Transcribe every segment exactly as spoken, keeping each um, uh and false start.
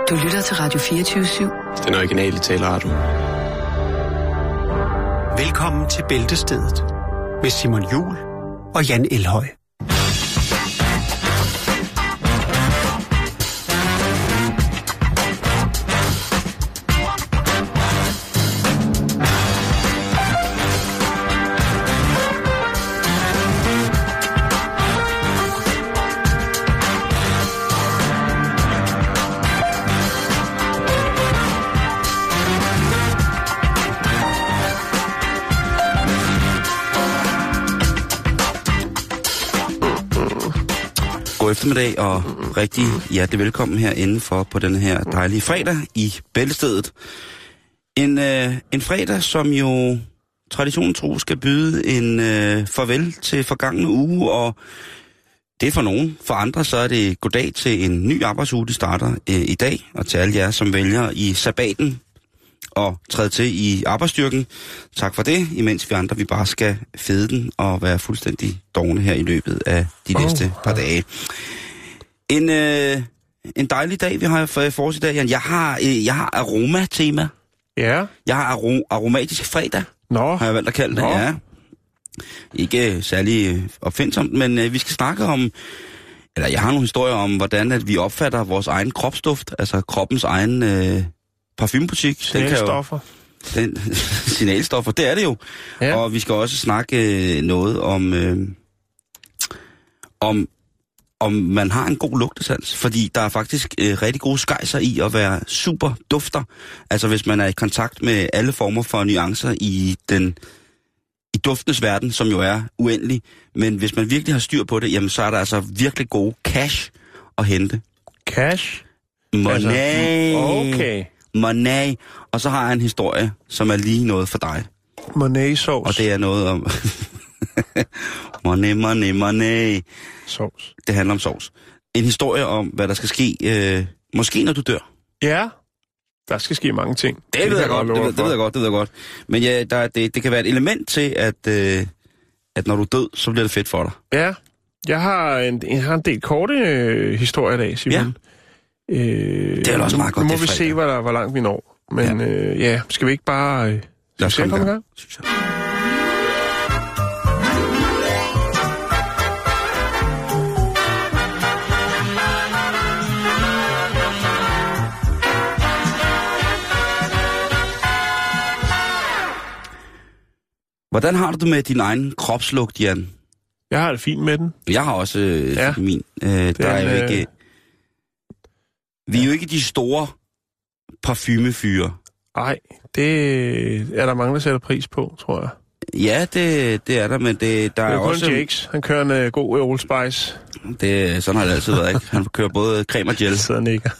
Du lytter til Radio fireogtyve syv. Den originale taleradio. Velkommen til Bæltestedet med Simon Juhl og Jan Elhøj. God eftermiddag og rigtig hjertelig velkommen her indenfor på den her dejlige fredag i Bæltestedet. En, øh, en fredag, som jo traditionen tro skal byde en øh, farvel til forgangne uge, og det er for nogen. For andre så er det goddag til en ny arbejdsuge, der starter øh, i dag, og til alle jer, som vælger i sabbaten og træde til i arbejdsstyrken. Tak for det, imens vi andre vi bare skal fede den og være fuldstændig dovne her i løbet af de oh, næste par dage. En, øh, en dejlig dag, vi har for, for os i dag, Jan. Jeg har, øh, jeg har aromatema. Ja. Jeg har aro, aromatisk fredag, Nå. har jeg valgt at kalde det. Nå. Ja. Ikke særlig opfindsomt, men øh, vi skal snakke om, eller jeg har nogle historier om, hvordan at vi opfatter vores egen kropsduft, altså kroppens egen øh, parfumebutik. Signalstoffer. Den, signalstoffer, det er det jo. Ja. Og vi skal også snakke øh, noget om, øh, om, om man har en god lugtesans. Fordi der er faktisk øh, rigtig gode skejser i at være super dufter. Altså hvis man er i kontakt med alle former for nuancer i den i duftens verden, som jo er uendelig. Men hvis man virkelig har styr på det, jamen så er der altså virkelig gode cash at hente. Cash? Money. Altså, okay. Money. Og så har jeg en historie, som er lige noget for dig. Money-sauce. Og det er noget om... money, money, money. Sauce. Det handler om sovs. En historie om, hvad der skal ske, øh, måske når du dør. Ja, der skal ske mange ting. Det, det ved jeg godt, det ved, det ved jeg godt, det ved jeg godt. Men ja, der, det, det kan være et element til, at, øh, at når du er død, så bliver det fedt for dig. Ja, jeg har en, jeg har en del korte øh, historier i dag, Simon. Ja. Øh, det er også meget godt. Nu må vi se, hvor, der, hvor langt vi når. Men ja, øh, ja skal vi ikke bare... Øh, Lad os komme i gang. Hvordan har du det med din egen kropslugt, Jan? Jeg har det fint med den. Jeg har også øh, ja. min. Øh, der den, er jo ikke... Øh... Vi er jo ikke de store parfumefyre. Nej, det er der mange, der sætter pris på, tror jeg. Ja, det, det er der, men det, der det er, er kun også... Jakes. Han kører en uh, god Old Spice. Det, sådan har det altid været, ikke? Han kører både creme og gel. Sådan ikke.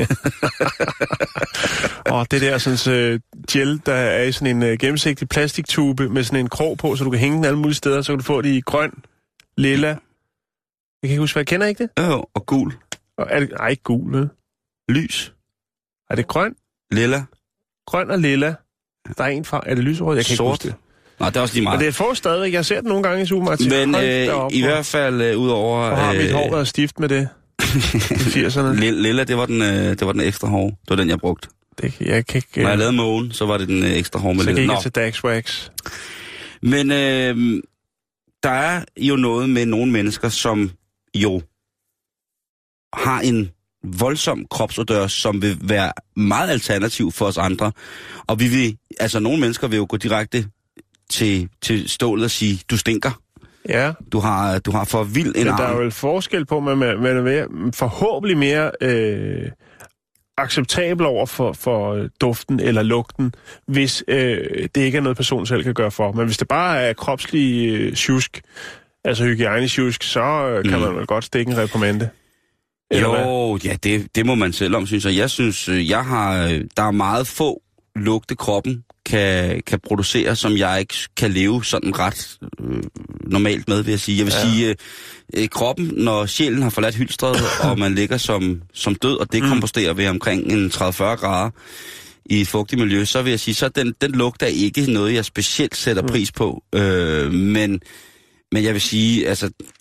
Og det der sådan, uh, gel, der er i sådan en uh, gennemsigtig plastiktube med sådan en krog på, så du kan hænge den alle mulige steder, så kan du få det i grøn, lilla. Jeg kan ikke huske, hvad jeg kender, ikke det? Jo, og gul. Og er det, nej, ikke gul, vel? Lys. Er det grøn? Lilla. Grøn og lilla. Der er en farve. Er det lyserød? Jeg kan Sort. ikke huske det. Nej, det er også lige meget. Men det er få stadig. Jeg ser det nogle gange i supermarkedet. Men øh, i hvert fald øh, udover... Og har øh, mit hår været stift med det i firserne? Lilla, det var den, øh, det var den ekstra hår. Det var den, jeg brugte. Det, jeg kan ikke... Når jeg lavede mågen, så var det den øh, ekstra hår med så lidt. Så gik jeg til Dax Wax. Men øh, der er jo noget med nogle mennesker, som jo har en voldsom kropsodør, som vil være meget alternativ for os andre. Og vi vil, altså nogle mennesker vil jo gå direkte til, til stålet og sige, du stinker. Ja. Du har, du har for vild en Men arm. der er jo forskel på, at man, man er mere, forhåbentlig mere øh, acceptabel over for, for duften eller lugten, hvis øh, det ikke er noget, personen selv kan gøre for. Men hvis det bare er kropslig øh, tjusk, altså hygiejnetjusk, så øh, kan mm. man vel godt stikke en reprimande. Jo, ja, det, det må man selv om, synes jeg. Jeg synes, jeg har, der er meget få lugte kroppen kan, kan producere, som jeg ikke kan leve sådan ret øh, normalt med, vil jeg sige. Jeg vil ja. sige, øh, kroppen, når sjælen har forladt hylstret, og man ligger som, som død, og det komposterer ved omkring en tredive til fyrre grader i et fugtigt miljø, så vil jeg sige, så den, den lugt er ikke noget, jeg specielt sætter pris på. Øh, men, men jeg vil sige, altså,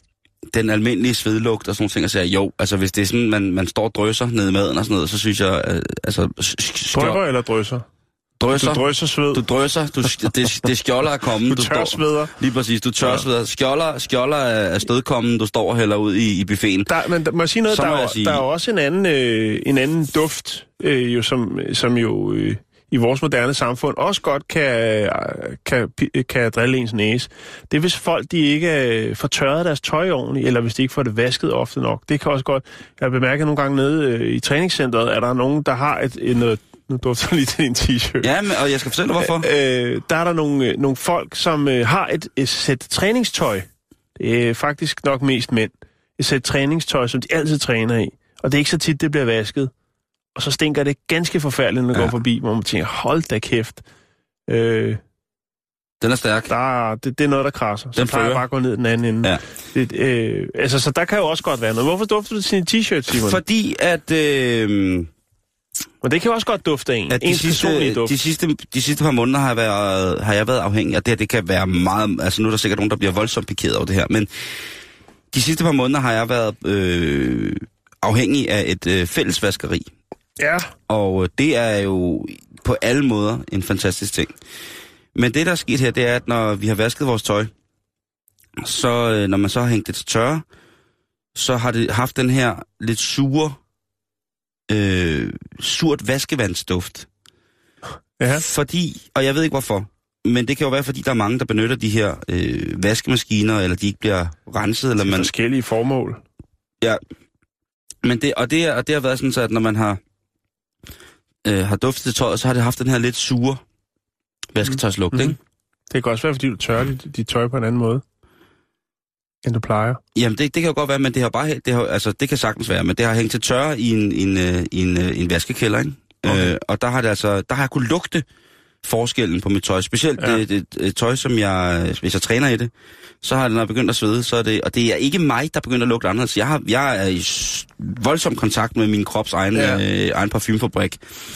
den almindelige svedlugt og sådan nogle ting, og siger, jo, altså hvis det er sådan, man, man står og drøser ned i maden og sådan noget, så synes jeg, øh, altså... Drøber eller drøser? Drøsser. Du drøser sved. Du drøsser, du, det, det skjolder er kommet. Du tørsveder. Lige præcis, du tørsveder. Ja. Skjolder, skjolder er stedkommen, du står heller ud i, i buffeten. Der, men der, må jeg sige noget, der, er, sige... der er også en anden, øh, en anden duft, øh, jo, som, som jo øh, i vores moderne samfund også godt kan, kan, kan drille ens næse. Det er, hvis folk de ikke får tørret deres tøj ordentligt, eller hvis de ikke får det vasket ofte nok. Det kan også godt... Jeg har bemærket nogle gange nede øh, i træningscenteret, at der er nogen, der har et, et noget... Nu dufter lige til din t-shirt. Ja, men, og jeg skal fortælle hvorfor. Øh, der er der nogle, nogle folk, som øh, har et, et sæt træningstøj. Det er faktisk nok mest mænd. Et sæt træningstøj, som de altid træner i. Og det er ikke så tit, det bliver vasket. Og så stinker det ganske forfærdeligt, når det ja. går forbi, hvor man tænker, hold da kæft. Øh, den er stærk. Der, det, det er noget, der krasser. Så plejer jeg bare at gå ned den anden ende. Ja. Det, øh, altså, så der kan jo også godt være noget. Hvorfor dufter du til din t-shirt, Simon? Fordi at... Øh... Men det kan jo også godt dufte af en. At de, sidste, de, sidste, de sidste par måneder har jeg, været, har jeg været afhængig, og det her, det kan være meget... Altså nu er der sikkert nogen, der bliver voldsomt pikeret over det her, men de sidste par måneder har jeg været øh, afhængig af et øh, fællesvaskeri. Ja. Og det er jo på alle måder en fantastisk ting. Men det, der er sket her, det er, at når vi har vasket vores tøj, så øh, når man så har hængt det til tørre, så har det haft den her lidt sure... Øh, surt vaskevandsduft. Ja. Fordi, og jeg ved ikke hvorfor, men det kan jo være, fordi der er mange, der benytter de her øh, vaskemaskiner, eller de ikke bliver renset. Eller man... forskellige formål. Ja, men det, og, det, og det har været sådan, så at når man har, øh, har duftet til tøjet, så har det haft den her lidt sure vasketøjslugt, mm-hmm. ikke? Det kan også være, fordi du tørrer dit, dit tøj på en anden måde, end du plejer. Jamen, det, det kan jo godt være, men det har bare, det, har, altså, det kan sagtens være, men det har hængt til tørre i en, en, en, en, en vaskekælder, ikke? Okay. Øh, og der har det altså, der har jeg kunnet lugte forskellen på mit tøj. Specielt ja. det, det, det tøj, som jeg, hvis jeg træner i det, så har det, når jeg begyndt at svede, så er det, og det er ikke mig, der begynder at lugte anderledes. Jeg, har, jeg er i voldsom kontakt med min krops egen, ja. øh, egen parfumefabrik.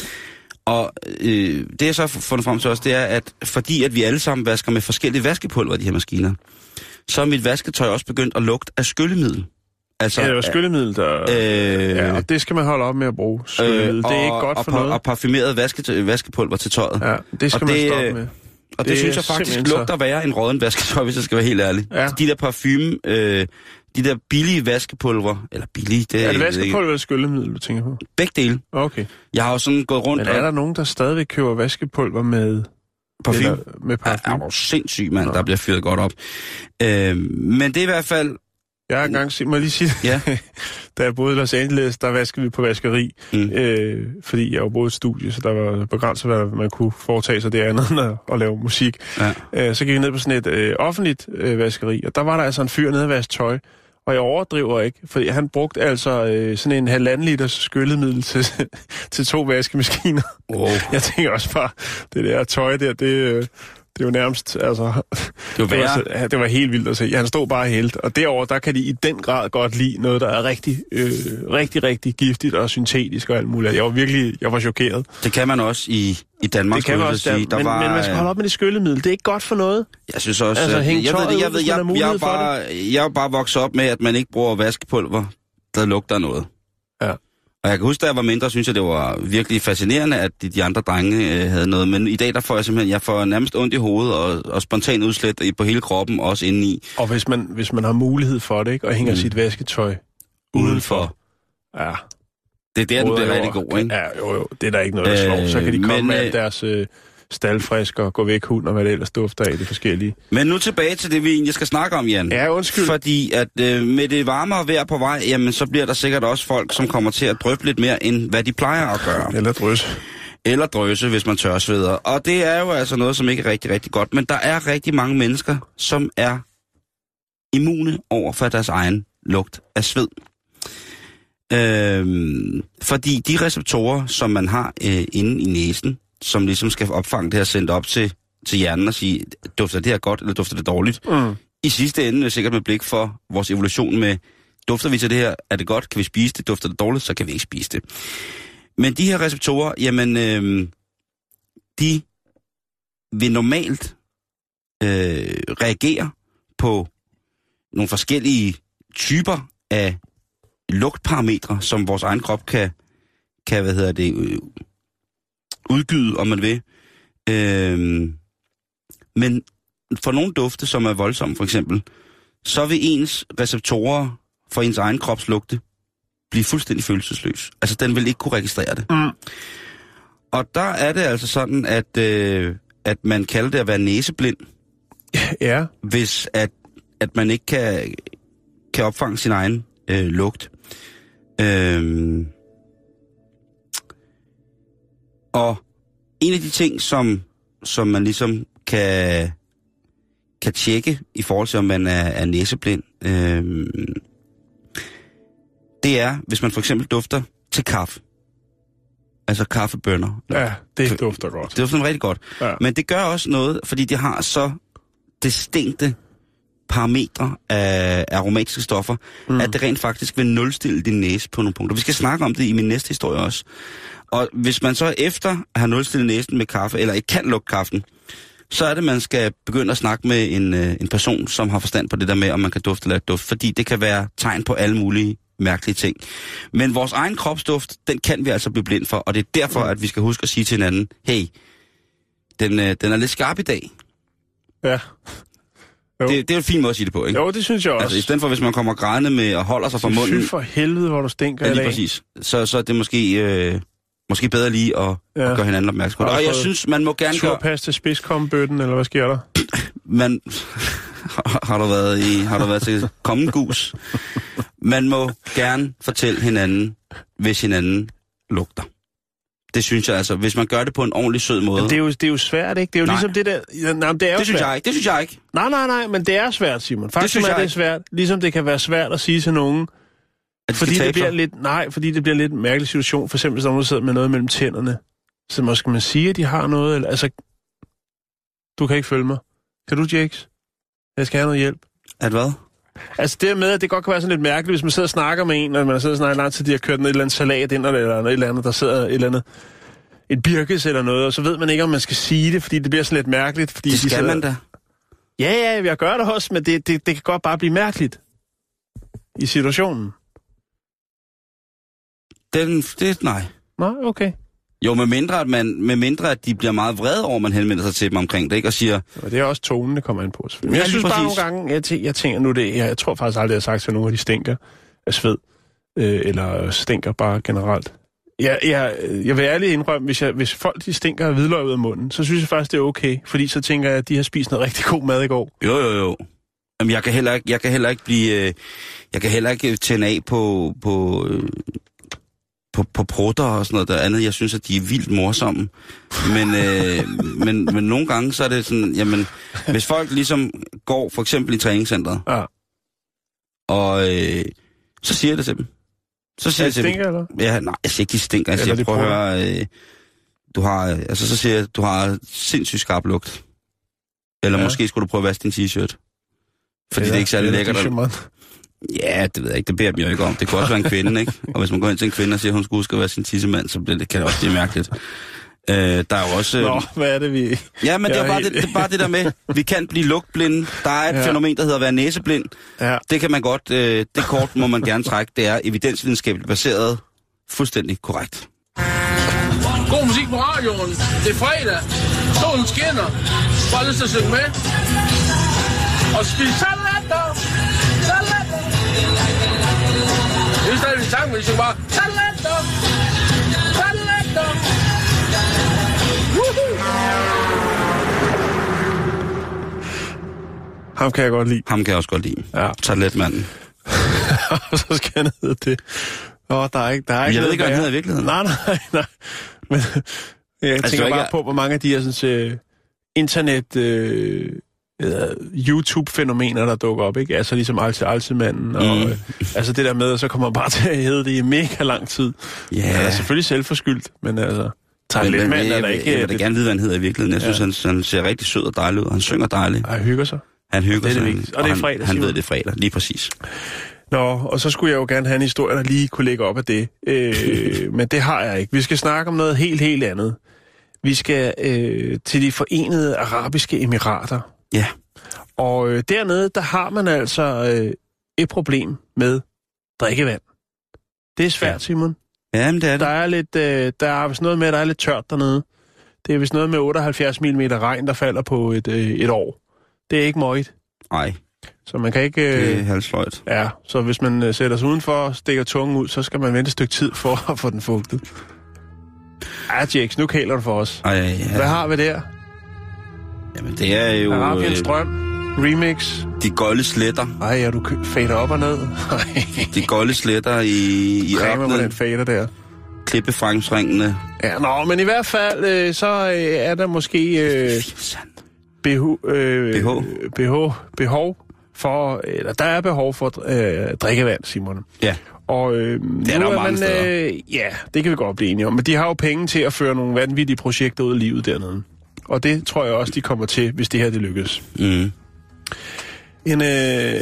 Og øh, det jeg så har fundet frem til også, det er, at fordi at vi alle sammen vasker med forskellige vaskepulver i de her maskiner, så er mit vasketøj også begyndt at lugte af skyllemiddel. Altså, ja, det er skyllemiddel, der... Øh, ja, og det skal man holde op med at bruge. Skyllemiddel, øh, det er ikke godt for og, noget. Og parfumeret vaske, vaskepulver til tøjet. Ja, det skal og man det, stoppe med. Og det, det synes jeg faktisk lugter værre end rådden vasketøj, hvis jeg skal være helt ærlig. Ja. De der parfume, øh, de der billige vaskepulver, eller billige... Det er det vaskepulver eller skyllemiddel, du tænker på? Begge dele. Okay. Jeg har jo sådan gået rundt... Men er der og... nogen, der stadigvæk køber vaskepulver med... Parfume? Eller med parfume? Ja, er jo sindssygt, mand, der bliver fyret godt op. Øh, men det er i hvert fald... Jeg har engang set, må jeg lige sige, ja. Da jeg boede i Los Angeles, der vaskede vi på vaskeri, mm. øh, fordi jeg jo boede i et studie, så der var begrænset, hvad man kunne foretage sig det andet end at, at lave musik. Ja. Øh, så gik vi ned på sådan et øh, offentligt øh, vaskeri, og der var der altså en fyr nede at vaske tøj, og jeg overdriver ikke, fordi han brugte altså øh, sådan en halvanden liters skyllemiddel til, til to vaskemaskiner. Wow. Jeg tænker også bare, det der tøj der, det... Øh, Det er jo nærmest, altså... Det var, det, var, det var helt vildt at se. Han stod bare helt. Og derover der kan de i den grad godt lide noget, der er rigtig, øh, rigtig, rigtig giftigt og syntetisk og alt muligt. Jeg var virkelig, jeg var chokeret. Det kan man også i, i Danmark, det kan man også, sige. Der men, var, men man skal holde op med det skyllemiddel. Det er ikke godt for noget. Jeg synes også... Altså, jeg, jeg ved det, jeg ved, jeg, jeg, jeg, er bare, jeg er bare vokset op med, at man ikke bruger vaskepulver, der lugter noget. Ja. Og jeg kan huske, da jeg var mindre, synes jeg, det var virkelig fascinerende, at de, de andre drenge øh, havde noget. Men i dag, der får jeg simpelthen, jeg får nærmest ondt i hovedet og, og spontan udslæt på hele kroppen, også indeni. Og hvis man, hvis man har mulighed for det, ikke, og hænger mm. sit vasketøj udenfor, ja. Det er der, den bliver rigtig god, ikke? Ja, jo, jo, det er der ikke noget, der slår. Øh, så kan de komme men, med øh, deres... Øh, staldfrisk og gå væk hund og hvad det ellers dufter af, det forskellige. Men nu tilbage til det, vi egentlig skal snakke om, Jan. Ja, undskyld. Fordi at øh, med det varmere vejr på vej, jamen så bliver der sikkert også folk, som kommer til at dryppe lidt mere, end hvad de plejer at gøre. Eller drøse. Eller drøse, hvis man tørsveder. Og det er jo altså noget, som ikke er rigtig, rigtig godt. Men der er rigtig mange mennesker, som er immune over for deres egen lugt af sved. Øhm, fordi de receptorer, som man har øh, inde i næsen, som ligesom skal opfange det her, sendt op til, til hjernen og sige, dufter det her godt, eller dufter det dårligt? Mm. I sidste ende, sikkert med blik for vores evolution med, dufter vi til det her, er det godt, kan vi spise det, dufter det dårligt, så kan vi ikke spise det. Men de her receptorer, jamen, øh, de vil normalt øh, reagere på nogle forskellige typer af lugtparametre, som vores egen krop kan, kan hvad hedder det, udgyde, om man vil. Øhm, men for nogle dufte, som er voldsomme for eksempel, så vil ens receptorer for ens egen kropslugte blive fuldstændig følelsesløs. Altså, den vil ikke kunne registrere det. Mm. Og der er det altså sådan, at, øh, at man kalder det at være næseblind. Ja. Hvis at, at man ikke kan, kan opfange sin egen øh, lugt. Øhm. Og en af de ting, som, som man ligesom kan, kan tjekke i forhold til, om man er, er næseblind, øhm, det er, hvis man for eksempel dufter til kaffe. Altså kaffebønner. Ja, det dufter godt. Det dufter rigtig godt. Ja. Men det gør også noget, fordi det har så distinkte parametre af aromatiske stoffer, mm. at det rent faktisk vil nulstille din næse på nogle punkter. Vi skal snakke om det i min næste historie også. Og hvis man så efter at have nulstillet næsen med kaffe, eller ikke kan lukke kaffen, så er det, man skal begynde at snakke med en, en person, som har forstand på det der med, om man kan dufte eller ikke dufte, fordi det kan være tegn på alle mulige mærkelige ting. Men vores egen kropsduft, den kan vi altså blive blind for, og det er derfor, at vi skal huske at sige til hinanden, hey, den, den er lidt skarp i dag. Ja. Det, det er jo en fin måde at sige det på, ikke? Jo, det synes jeg også. Altså, i stedet for, hvis man kommer grædende med og holder sig fra munden... Fy for helvede, hvor du stinker ja, i dag. Præcis. Så, så er det måske, øh, måske bedre lige at, ja. at gøre hinanden opmærksom på det. Og jeg synes, man må gerne gøre... Turpas til spidskommebøtten, eller hvad sker der? Man... har, du været i, har du været til kommengus? Man må gerne fortælle hinanden, hvis hinanden lugter. Det synes jeg altså, hvis man gør det på en ordentlig sød måde. Men det er jo, det er jo svært, ikke? Det er jo nej. Ligesom det der... Nej, det er jo det synes svært. jeg ikke, det synes jeg ikke. Nej, nej, nej, men det er svært, Simon. Faktisk det er det er svært, ligesom det kan være svært at sige til nogen, at fordi det bliver lidt... Nej, fordi det bliver lidt en mærkelig situation. For eksempel, hvis nogen sidder med noget mellem tænderne, så måske man sige, at de har noget, eller altså... Du kan ikke følge mig. Kan du, Jakes? Jeg skal have noget hjælp. At hvad? Altså det med, at det godt kan være sådan lidt mærkeligt, hvis man sidder og snakker med en, og man sidder og snakker lang tid, de har kørt noget, et eller andet salat ind, eller noget, et eller andet, der sidder et eller andet, et birkes eller noget, og så ved man ikke, om man skal sige det, fordi det bliver sådan lidt mærkeligt. Fordi det skal de sidder... man da. Ja, ja, jeg gør det også, men det, det, det kan godt bare blive mærkeligt i situationen. Den, det, nej. Nej, okay. Jo, med mindre, at man, med mindre, at de bliver meget vrede over, man henvender sig til dem omkring det, ikke? Og siger... Og det er også tonen, det kommer ind på. Men jeg, jeg synes bare nogle gange, jeg, tæ- jeg tænker nu det, jeg, jeg tror faktisk aldrig, jeg har sagt til nogen, at de stinker af sved, øh, eller stinker bare generelt. Jeg, jeg, jeg vil ærligt indrømme, hvis, jeg, hvis folk de stinker af hvidløg ud af munden, så synes jeg faktisk, det er okay, fordi så tænker jeg, at de har spist noget rigtig god mad i går. Jo, jo, jo. Jamen, jeg kan heller ikke, jeg kan heller ikke blive... Jeg kan heller ikke tænde af på... på På, på prutter og sådan noget der andet. Jeg synes, at de er vildt morsomme. Men, øh, men, men nogle gange, så er det sådan, jamen, hvis folk ligesom går for eksempel i træningscenteret, ja. og øh, så siger jeg det til dem. Så siger jeg til stinker, dem. Eller? Ja, nej, jeg siger ikke, de stinker. Jeg siger, prøv at høre, øh, du har, altså så siger jeg, du har sindssygt skarp lugt. Eller ja. Måske skulle du prøve at vaske din t-shirt. Fordi ja, det er ikke særlig lækkert. Ja, det ved jeg ikke. Det beder jeg jo ikke om. Det kan også være en kvinde, ikke? Og hvis man går ind til en kvinde og siger, at hun skulle huske at være sin tissemand, så bliver det, kan det også blive mærkeligt. Øh, der er jo også... Nå, hvad er det, vi... Ja, men det er, bare det, det er bare det der med, vi kan blive lugtblinde. Der er et ja. fænomen, der hedder at være næseblind. Ja. Det kan man godt... Øh, det kort må man gerne trække. Det er evidensvidenskabeligt baseret. Fuldstændig korrekt. God musik på radioen. Det er fredag. Solen skinner. Bare lyst til at synge med. Og spise salater. Salater. Det er stadig en sang, men vi synger bare salater. Salater. Ham kan jeg godt lide. Ham kan jeg også godt lide. Ja. Salatmanden. Så skal han hedde det. Åh, der er ikke, der er ikke jeg ved ikke, hvad han hedder i virkeligheden. Nej, nej, nej. Men jeg altså, tænker bare ikke... på, hvor mange af de her sådan, uh, internet... Uh, YouTube-fænomener, der dukker op, ikke? Altså ligesom Alte Altemanden, og mm. øh, altså det der med, at så kommer man bare til at hedde det i mega lang tid. Ja. Yeah. Altså selvfølgelig selvforskyldt, men altså... Men, men, mand, jeg, jeg, ikke, jeg vil da det... gerne vide, hvad han hedder i virkeligheden. Jeg synes, ja. han, han ser rigtig sød og dejlig ud. Han synger dejligt. Og han hygger sig. Han hygger det er sig. Det og, og det er fredag, han, han ved, det er fredag, lige præcis. Nå, og så skulle jeg jo gerne have en historie, der lige kunne lægge op af det. Øh, men det har jeg ikke. Vi skal snakke om noget helt, helt andet. Vi skal øh, til de Forenede Arabiske Emirater. Ja. Og øh, dernede, der har man altså øh, et problem med drikkevand. Det er svært, ja. Simon. Ja, men det er det. Der er lidt, øh, der er vist noget med, at der er lidt tørt dernede. Det er vist noget med otteoghalvfjerds millimeter regn, der falder på et, øh, et år. Det er ikke møjt. Nej. Så man kan ikke... Øh, det er halvsløjt. Ja, så hvis man øh, sætter sig udenfor og stikker tungen ud, så skal man vente et stykke tid for at få den fugtet. Ja, Jakes, nu kæler du for os. Ej, ja. Hvad har vi der? Jamen, det er jo... Arabiens Strøm. Remix. De golde sletter. Ej, ja, du fader op og ned. De golde sletter i, i ørkenen. Med den fader der. Klippefrangsringene. Ja, nå, men i hvert fald, øh, så øh, er der måske øh, behov, øh, behov. behov, behov for, eller der er behov for øh, drikkevand, Simon. Ja. Og øh, det er nu der er man, øh, ja, det kan vi godt blive enige om. Men de har jo penge til at føre nogle vanvittige projekter ud i livet dernede. Og det tror jeg også, de kommer til, hvis det her det lykkes. Mm. En, øh,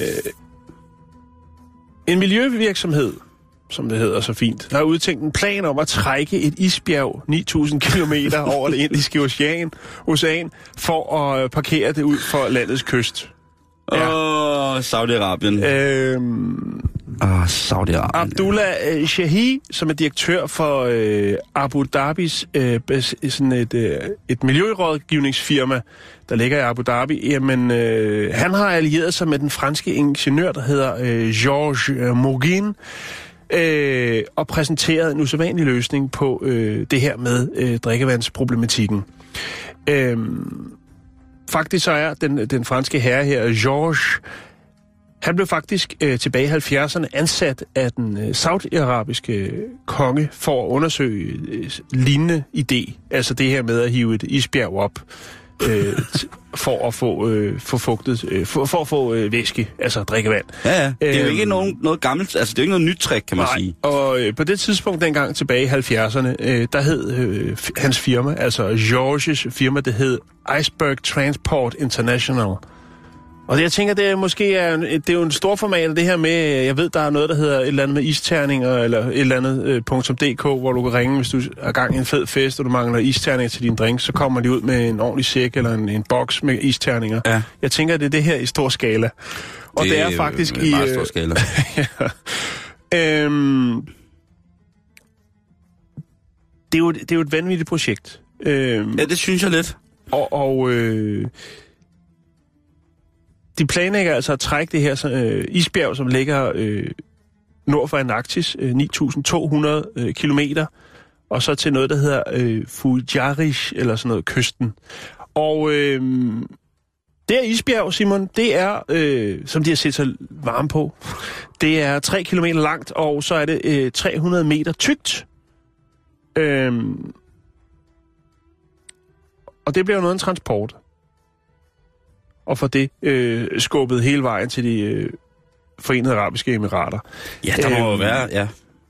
en miljøvirksomhed, som det hedder så fint, der har udtænkt en plan om at trække et isbjerg ni tusind kilometer over det indiske ocean, ocean for at parkere det ud for landets kyst. Åh, ja. oh, Saudi-Arabien. Øhm, Åh, oh, Saudi-Arabien. Abdullah øh, Shahi, som er direktør for øh, Abu Dhabis, øh, sådan et, øh, et miljørådgivningsfirma, der ligger i Abu Dhabi, jamen, øh, han har allieret sig med den franske ingeniør, der hedder øh, Georges Morgin, øh, og præsenteret en usædvanlig løsning på øh, det her med øh, drikkevandsproblematikken. Øh, faktisk så er den, den franske herre her, Georges, han blev faktisk øh, tilbage i halvfjerdserne ansat af den øh, saudiarabiske konge for at undersøge øh, lignende idé. Altså det her med at hive et isbjerg op øh, for at få, øh, få fugtet, øh, for, for at få øh, væske, altså drikkevand. Ja, ja. Det er jo ikke øhm, nogen, noget gammelt, altså det er jo ikke noget nyt trick, kan man nej, sige. Og øh, på det tidspunkt dengang tilbage i halvfjerdserne, øh, der hed øh, hans firma, altså Georges firma, det hed Iceberg Transport International. Og det, jeg tænker, det er måske er, det er jo en stor format, det her med, jeg ved, der er noget, der hedder et eller andet med isterninger, eller et eller andet øh, .dk, hvor du kan ringe, hvis du er gang i en fed fest, og du mangler isterninger til din drink, så kommer de ud med en ordentlig sæk, eller en, en boks med isterninger. Ja. Jeg tænker, det er det her i stor skala. Og det, det er faktisk i... meget stor skala. ja. øhm, det, er jo, det er jo et vanvittigt projekt. Øhm, ja, det synes jeg lidt. Og... og øh, de planlægger altså at trække det her øh, isbjerg, som ligger øh, nord for Antarktis, øh, ni tusind to hundrede øh, kilometer, og så til noget, der hedder øh, Fujarish, eller sådan noget, kysten. Og øh, det her isbjerg, Simon, det er, øh, som de har set sig varme på, det er tre kilometer langt, og så er det øh, tre hundrede meter tykt. Øh, og det bliver jo noget af en transport. Og for det øh, skubbet hele vejen til de øh, Forenede Arabiske Emirater. Ja, der må jo være, ja.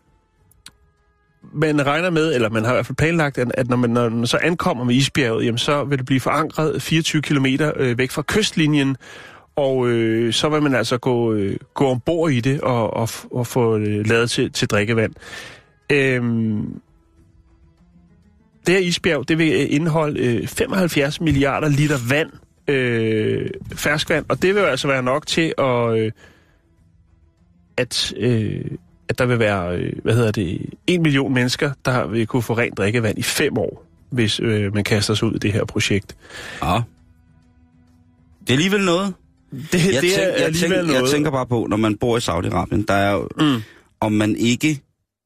Man regner med, eller man har i hvert fald planlagt, at når man, når man så ankommer med isbjerget, jamen, så vil det blive forankret fireogtyve kilometer øh, væk fra kystlinjen, og øh, så vil man altså gå, øh, gå ombord i det og, og, og få øh, lavet til, til drikkevand. Øhm, det her isbjerg, det vil indeholde øh, femoghalvfjerds milliarder liter vand, Øh, ferskvand, og det vil jo altså være nok til at, øh, at, øh, at der vil være, øh, hvad hedder det, en million mennesker, der vil kunne få rent drikkevand i fem år, hvis øh, man kaster sig ud i det her projekt. Ja. Det er alligevel noget. Det, jeg, det tænk, er jeg, alligevel tænk, noget. Jeg tænker bare på, når man bor i Saudi-Arabien, der er jo, mm. om man ikke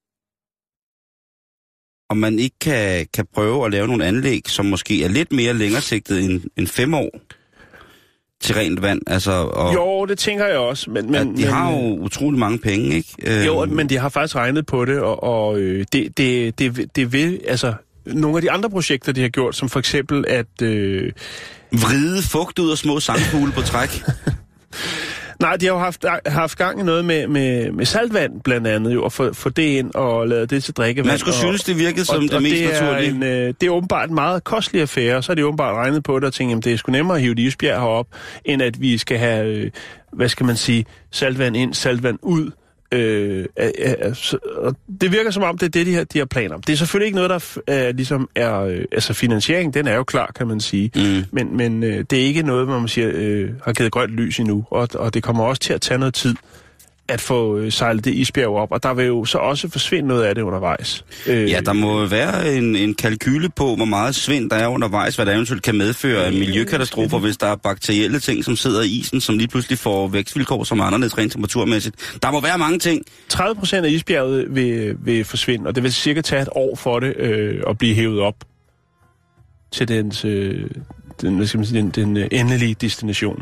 om man ikke kan, kan prøve at lave nogle anlæg, som måske er lidt mere længersigtet end, end fem år til rent vand. Altså, og jo, det tænker jeg også. Men, men, ja, de men, har jo utrolig mange penge, ikke? Jo, men de har faktisk regnet på det, og, og øh, det, det, det, det vil, altså, nogle af de andre projekter, de har gjort, som for eksempel at Øh, vride fugt ud af små sangfugle på træk. Nej, de har jo haft, haft gang i noget med, med, med saltvand, blandt andet, jo, og få, få det ind og lade det til drikkevand. Man skulle og, synes, det virkede som og, det og mest det naturlige. En, øh, det er åbenbart en meget kostelig affære, så er de åbenbart regnet på det og tænkt, at det er sgu nemmere at hive de isbjerg herop, end at vi skal have, øh, hvad skal man sige, saltvand ind, saltvand ud. Øh, øh, øh, så, og det virker som om, det er det, de har, de har planer om. Det er selvfølgelig ikke noget, der øh, ligesom er... Øh, altså finansiering, den er jo klar, kan man sige. Mm. Men, men øh, det er ikke noget, man siger, øh, har givet grønt lys endnu. Og, og det kommer også til at tage noget tid. at få sejlet det isbjerg op, og der vil jo så også forsvinde noget af det undervejs. Øh, ja, der må være en, en kalkyle på, hvor meget svind der er undervejs, hvad der eventuelt kan medføre af miljøkatastrofer, hvis der er bakterielle ting, som sidder i isen, som lige pludselig får vækstvilkår, som anderledes rent temperaturmæssigt. Der må være mange ting. tredive procent af isbjerget vil, vil forsvinde, og det vil cirka tage et år for det øh, at blive hævet op til dens, øh, den, hvad skal man sige, den, den endelige destination.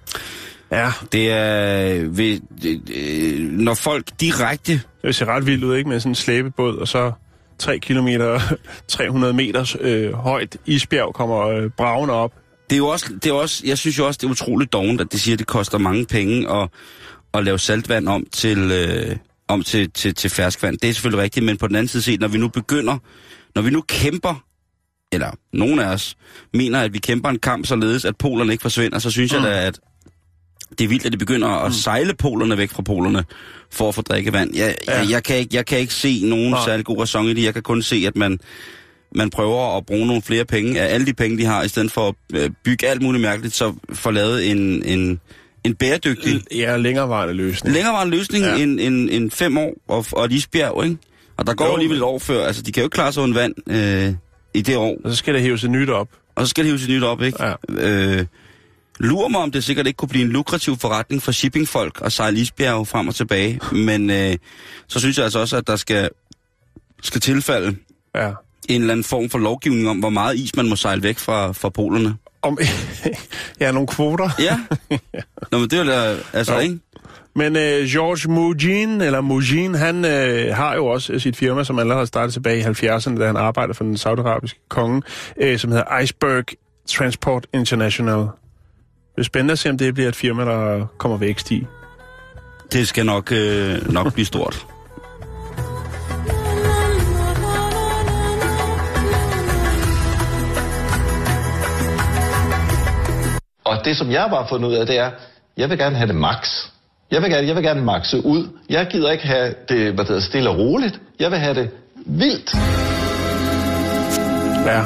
Ja. Det er... Ved, øh, når folk direkte... Det ser ret vildt ud, ikke? Med sådan en slæbebåd, og så tre kilometer, tre hundrede meters øh, højt isbjerg kommer øh, bragende op. Det er jo også, det er også... Jeg synes jo også, det er utroligt dovent, at de siger, at det koster mange penge at, at lave saltvand om til, øh, om til, til, til ferskvand. Det er selvfølgelig rigtigt, men på den anden side set, når vi nu begynder... Når vi nu kæmper, eller nogen af os mener, at vi kæmper en kamp således, at polerne ikke forsvinder, så synes mm. jeg da, at det er vildt, at de begynder at sejle polerne væk fra polerne for at få drikkevand. Jeg, ja. jeg, jeg, kan, ikke, jeg kan ikke se nogen ja. særlig god ræson i det. Jeg kan kun se, at man, man prøver at bruge nogle flere penge af alle de penge, de har, i stedet for at bygge alt muligt mærkeligt, så får lavet en, en, en bæredygtig... Ja, længerevarende løsning. Længerevarende løsning ja. en, en, en fem år og, og et isbjerg, ikke? Og der går jo alligevel et år før. Altså, de kan jo ikke klare sig uden vand øh, i det år. Og så skal det hæves et nyt op. Og så skal det hæves et nyt op, ikke? Ja. Øh, lurer mig, om det sikkert ikke kunne blive en lukrativ forretning for shippingfolk at sejle isbjerg frem og tilbage. Men øh, så synes jeg altså også, at der skal, skal tilfalde ja. en eller anden form for lovgivning om, hvor meget is man må sejle væk fra, fra polerne. Om, ja, nogle kvoter. Ja. Nå, men det er jo altså, jo. ikke? Men øh, George Mugin, eller Mugin, han øh, har jo også sit firma, som allerede startede tilbage i halvfjerdserne, da han arbejder for den saudiarabiske konge, øh, som hedder Iceberg Transport International. Det er spændende at se, om det bliver et firma, der kommer vækst i. Det skal nok, øh, nok blive stort. Og det, som jeg bare har fundet ud af, det er, jeg vil gerne have det max. Jeg vil gerne, jeg vil gerne maxe ud. Jeg gider ikke have det, hvad det hedder, stille og roligt. Jeg vil have det vildt. Ja.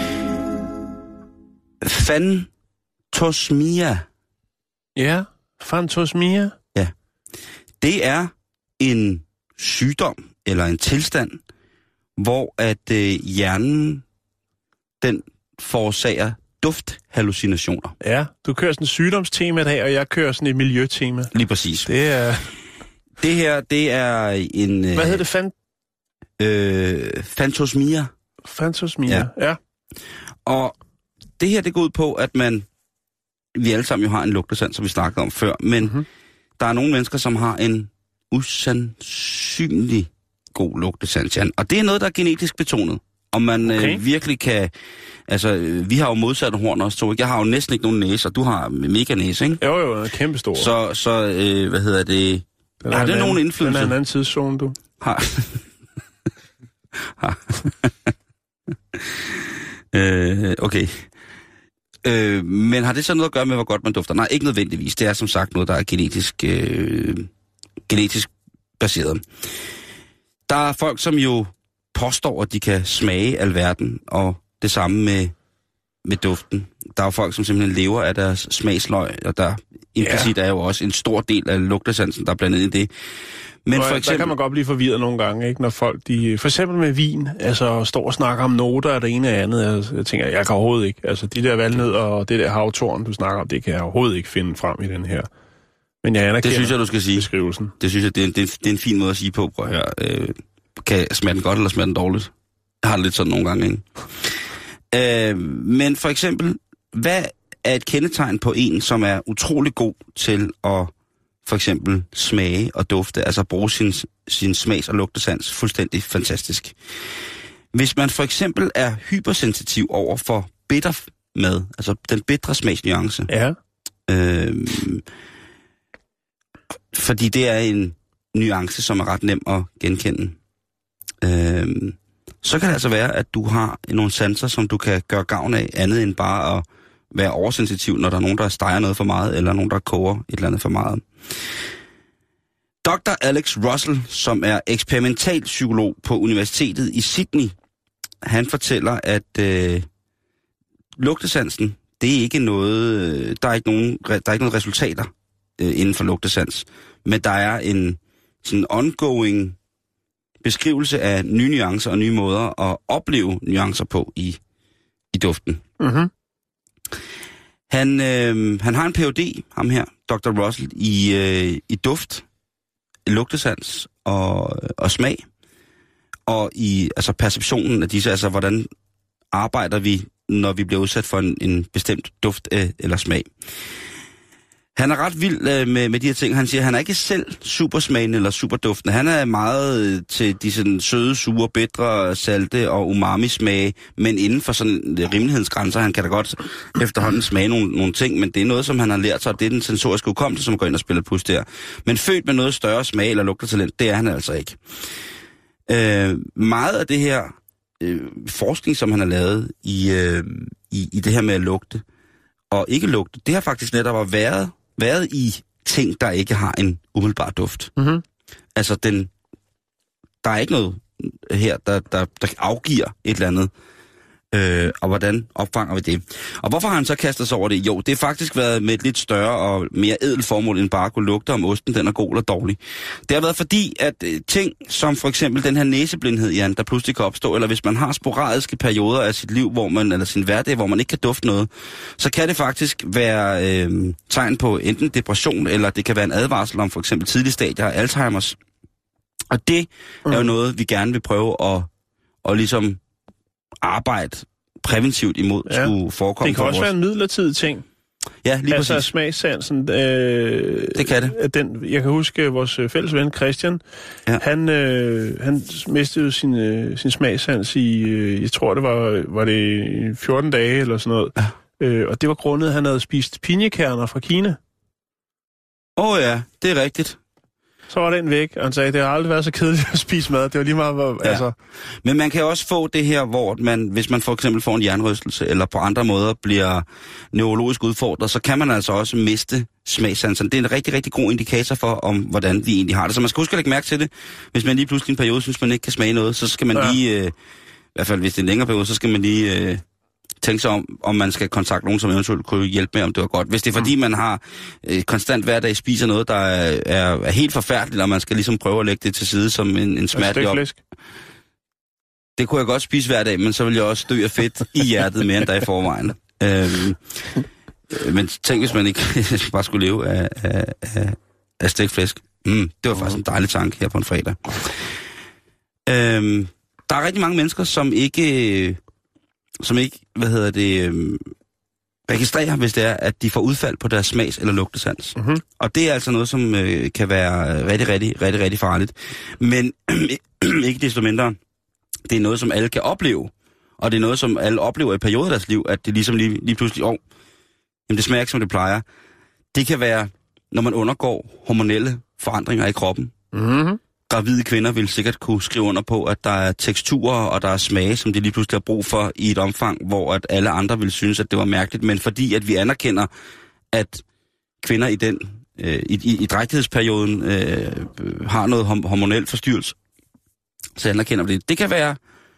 Phantosmia. Ja, phantosmia. Ja. Det er en sygdom, eller en tilstand, hvor at øh, hjernen, den forårsager dufthallucinationer. Ja, du kører sådan et sygdomstema i dag, og jeg kører sådan et miljøtema. Lige præcis. Det er... Det her, det er en... Hvad hedder det? Fan... Øh, phantosmia. Phantosmia, ja. ja. Og det her, det går ud på, at man... Vi alle sammen jo har en lugtesans, som vi snakkede om før, men mm-hmm. der er nogle mennesker, som har en usandsynlig god lugtesans. Og det er noget, der er genetisk betonet. Om man okay. øh, virkelig kan... Altså, vi har jo modsatte horn også to. Jeg har jo næsten ikke nogen næse, og du har mega næse, ikke? Jo, jo, kæmpe stor. Så, så øh, hvad hedder det... Den har det nogen indflydelse? Den er en anden tidszone, du. Har... har... øh, okay. Øh, men har det så noget at gøre med, hvor godt man dufter? Nej, ikke nødvendigvis. Det er som sagt noget, der er genetisk, øh, genetisk baseret. Der er folk, som jo påstår, at de kan smage alverden, og det samme med, med duften. Der er jo folk, som simpelthen lever af deres smagsløg, og der implicit er jo også en stor del af lugtesansen, der er blandet ind i det. Men Nå, for eksempel... Der kan man godt blive forvirret nogle gange, ikke? Når folk, de, for eksempel med vin, altså står og snakker om noter og det ene og andet. Altså, jeg tænker, jeg kan overhovedet ikke. Altså de der valnødder og det der havtorn, du snakker om, det kan jeg overhovedet ikke finde frem i den her. Men jeg anerkender det synes jeg, du skal sige. Beskrivelsen. Det synes jeg, det er, en, det, er, det er en fin måde at sige på. Prøv at høre. Øh, kan smage den godt, eller smage den dårligt? Jeg har det lidt sådan nogle gange, ikke? Øh, men for eksempel, hvad er et kendetegn på en, som er utrolig god til at for eksempel smage og dufte, altså bruge sin, sin smags- og lugtesans fuldstændig fantastisk. Hvis man for eksempel er hypersensitiv over for bitter mad, altså den bitre smagsnuance, ja. øh, fordi det er en nuance, som er ret nem at genkende, øh, så kan det altså være, at du har nogle sanser, som du kan gøre gavn af, andet end bare at være oversensitiv, når der er nogen, der steger noget for meget, eller nogen, der koger et eller andet for meget. doktor Alex Russell, som er eksperimentalpsykolog på Universitetet i Sydney, han fortæller, at øh, lugtesansen, det er ikke noget, der er ikke nogen, der er ikke nogen resultater øh, inden for lugtesans. men der er en sådan ongoing beskrivelse af nye nuancer og nye måder at opleve nuancer på i, i duften. Mhm. Han, øh, han har en P H D, ham her, doktor Russell, i, øh, i duft, lugtesans og, og smag, og i altså perceptionen af disse, altså hvordan arbejder vi, når vi bliver udsat for en, en bestemt duft øh, eller smag. Han er ret vild øh, med, med de her ting. Han siger, at han er ikke selv supersmagende eller superduftende. Han er meget øh, til de sådan søde, sure, bitre, salte og umami-smage, men inden for sådan øh, rimelighedensgrænser. Han kan da godt efterhånden smage nogle, nogle ting, men det er noget, som han har lært sig, og det er den sensoriske hukommelse, som går ind og spiller pus der. Men født med noget større smag eller lugtetalent, det er han altså ikke. Øh, meget af det her øh, forskning, som han har lavet i, øh, i, i det her med at lugte og ikke lugte, det har faktisk netop været været i ting, der ikke har en umiddelbar duft. Mm-hmm. Altså, den, der er ikke noget her, der, der, der afgiver et eller andet. Øh, og hvordan opfanger vi det? Og hvorfor har han så kastet sig over det? Jo, det har faktisk været med et lidt større og mere ædelt formål, end bare at kunne lugte, om osten den er god eller dårlig. Det har været fordi, at øh, ting som for eksempel den her næseblindhed, Jan, der pludselig kan opstå, eller hvis man har sporadiske perioder af sit liv, hvor man, eller sin hverdag, hvor man ikke kan dufte noget, så kan det faktisk være øh, tegn på enten depression, eller det kan være en advarsel om for eksempel tidlige stadier af Alzheimers. Og det mm. er jo noget, vi gerne vil prøve at, at ligesom arbejde præventivt imod ja. Skulle forekomme. Det kan også vores... være en midlertidig ting. Ja, lige altså, præcis. smagssansen. Øh, det kan det. Den, jeg kan huske vores fælles ven Christian. Ja. Han, øh, han mistede sin, øh, sin smagssans i, øh, jeg tror det var, var det fjorten dage eller sådan noget. Ja. Øh, og det var grundet, at han havde spist pinjekerner fra Kina. Åh oh, ja, det er rigtigt. Så var den væk, og han sagde, det har aldrig været så kedeligt at spise mad. Det var lige meget, hvor, ja. altså... Men man kan også få det her, hvor man, hvis man for eksempel får en jernrystelse, eller på andre måder bliver neurologisk udfordret, så kan man altså også miste smagssansen. Det er en rigtig, rigtig god indikator for, om hvordan vi egentlig har det. Så man skal huske at lægge mærke til det. Hvis man lige pludselig en periode synes, man ikke kan smage noget, så skal man ja. lige, øh, i hvert fald hvis det er en længere periode, så skal man lige... Øh, tænke sig om, om man skal kontakte nogen, som eventuelt kunne hjælpe med, om det var godt. Hvis det er fordi, man har øh, konstant hver dag spiser noget, der er, er, er helt forfærdeligt, og man skal ligesom prøve at lægge det til side som en, en smertelig op. Det kunne jeg godt spise hver dag, men så ville jeg også dø af fedt i hjertet mere end der i forvejen. Øhm, men tænk, hvis man ikke bare skulle leve af, af, af, af stegt flæsk. Mm, det var faktisk en dejlig tanke her på en fredag. Øhm, der er rigtig mange mennesker, som ikke... som ikke, hvad hedder det, øh, registrerer, hvis det er, at de får udfald på deres smags- eller lugtesans. Mm-hmm. Og det er altså noget, som øh, kan være rigtig, rigtig, rigtig, rigtig farligt. Men ikke desto mindre, det er noget, som alle kan opleve. Og det er noget, som alle oplever i perioder af deres liv, at det ligesom lige, lige pludselig, åh, oh, jamen det smager ikke, som det plejer. Det kan være, når man undergår hormonelle forandringer i kroppen. Mm-hmm. Gravide kvinder vil sikkert kunne skrive under på, at der er teksturer og der er smage, som de lige pludselig har brug for i et omfang, hvor at alle andre vil synes, at det var mærkeligt. Men fordi at vi anerkender, at kvinder i den øh, i, i, i drægtighedsperioden øh, har noget hormonel forstyrrelse, så anerkender vi det. Det kan være,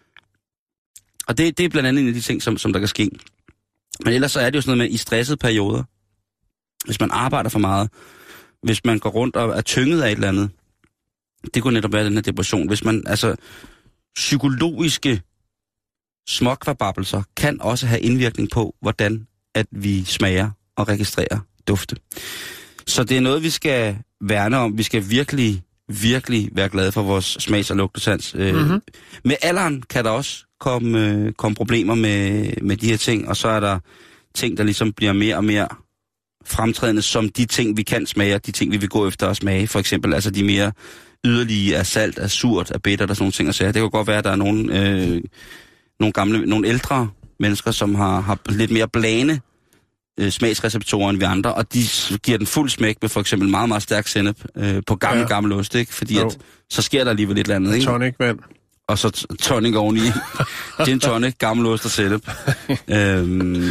og det, det er blandt andet en af de ting, som, som der kan ske. Men ellers så er det jo sådan noget med i stressede perioder, hvis man arbejder for meget, hvis man går rundt og er tynget af et eller andet. Det kunne netop være den her depression. Hvis man, altså, psykologiske småkvababelser kan også have indvirkning på, hvordan at vi smager og registrerer dufte. Så det er noget, vi skal værne om. Vi skal virkelig, virkelig være glade for vores smags- og lugtesans. Mm-hmm. Med alderen kan der også komme, komme problemer med, med de her ting, og så er der ting, der ligesom bliver mere og mere fremtrædende som de ting, vi kan smage, og de ting, vi vil gå efter at smage. For eksempel altså de mere yderlige af salt, af surt, af bitter, der sådan nogle ting at sige. Det kan godt være, at der er nogle, øh, nogle gamle, nogle ældre mennesker, som har, har lidt mere blane øh, smagsreceptorer end vi andre, og de giver den fuld smæk med for eksempel meget, meget stærk sennep øh, på gammel, ja. gammel ost, ikke? Fordi at, så sker der alligevel et eller andet, ikke? Tonic, vand. Og så t- tonic oveni. Gin tonic, gammel ost og sennep. øhm,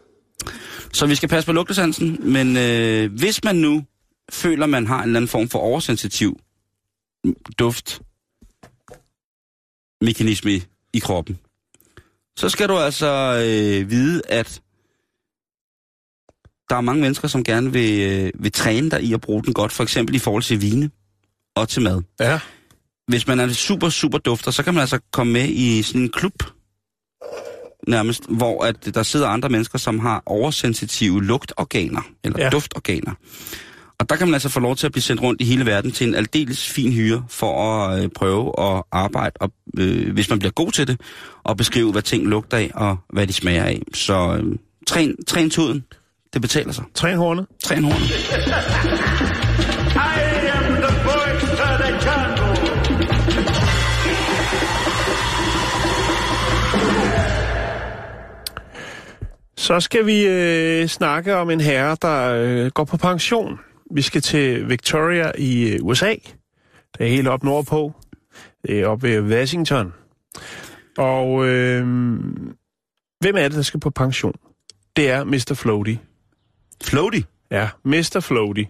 så vi skal passe på lugtesansen, men øh, hvis man nu føler, man har en eller anden form for oversensitiv duft mekanisme i, i kroppen, så skal du altså øh, vide, at der er mange mennesker, som gerne vil, øh, vil træne dig i at bruge den godt, for eksempel i forhold til vine og til mad. Ja. Hvis man er super, super dufter, så kan man altså komme med i sådan en klub, nærmest, hvor at der sidder andre mennesker, som har oversensitive lugtorganer, eller ja. duftorganer. Og der kan man altså få lov til at blive sendt rundt i hele verden til en aldeles fin hyre, for at øh, prøve at arbejde, og, øh, hvis man bliver god til det, og beskrive, hvad ting lugter af, og hvad de smager af. Så øh, træn, træn tuden, det betaler sig. Træn hornet. Træn hornet. I am the voice of the jungle. Så skal vi øh, snakke om en herre, der øh, går på pension. Vi skal til Victoria i øh, U S A. Det er helt op nordpå. Det er oppe ved Washington. Og øh, hvem er det, der skal på pension? Det er mister Floaty. Floaty? Ja, mister Floaty.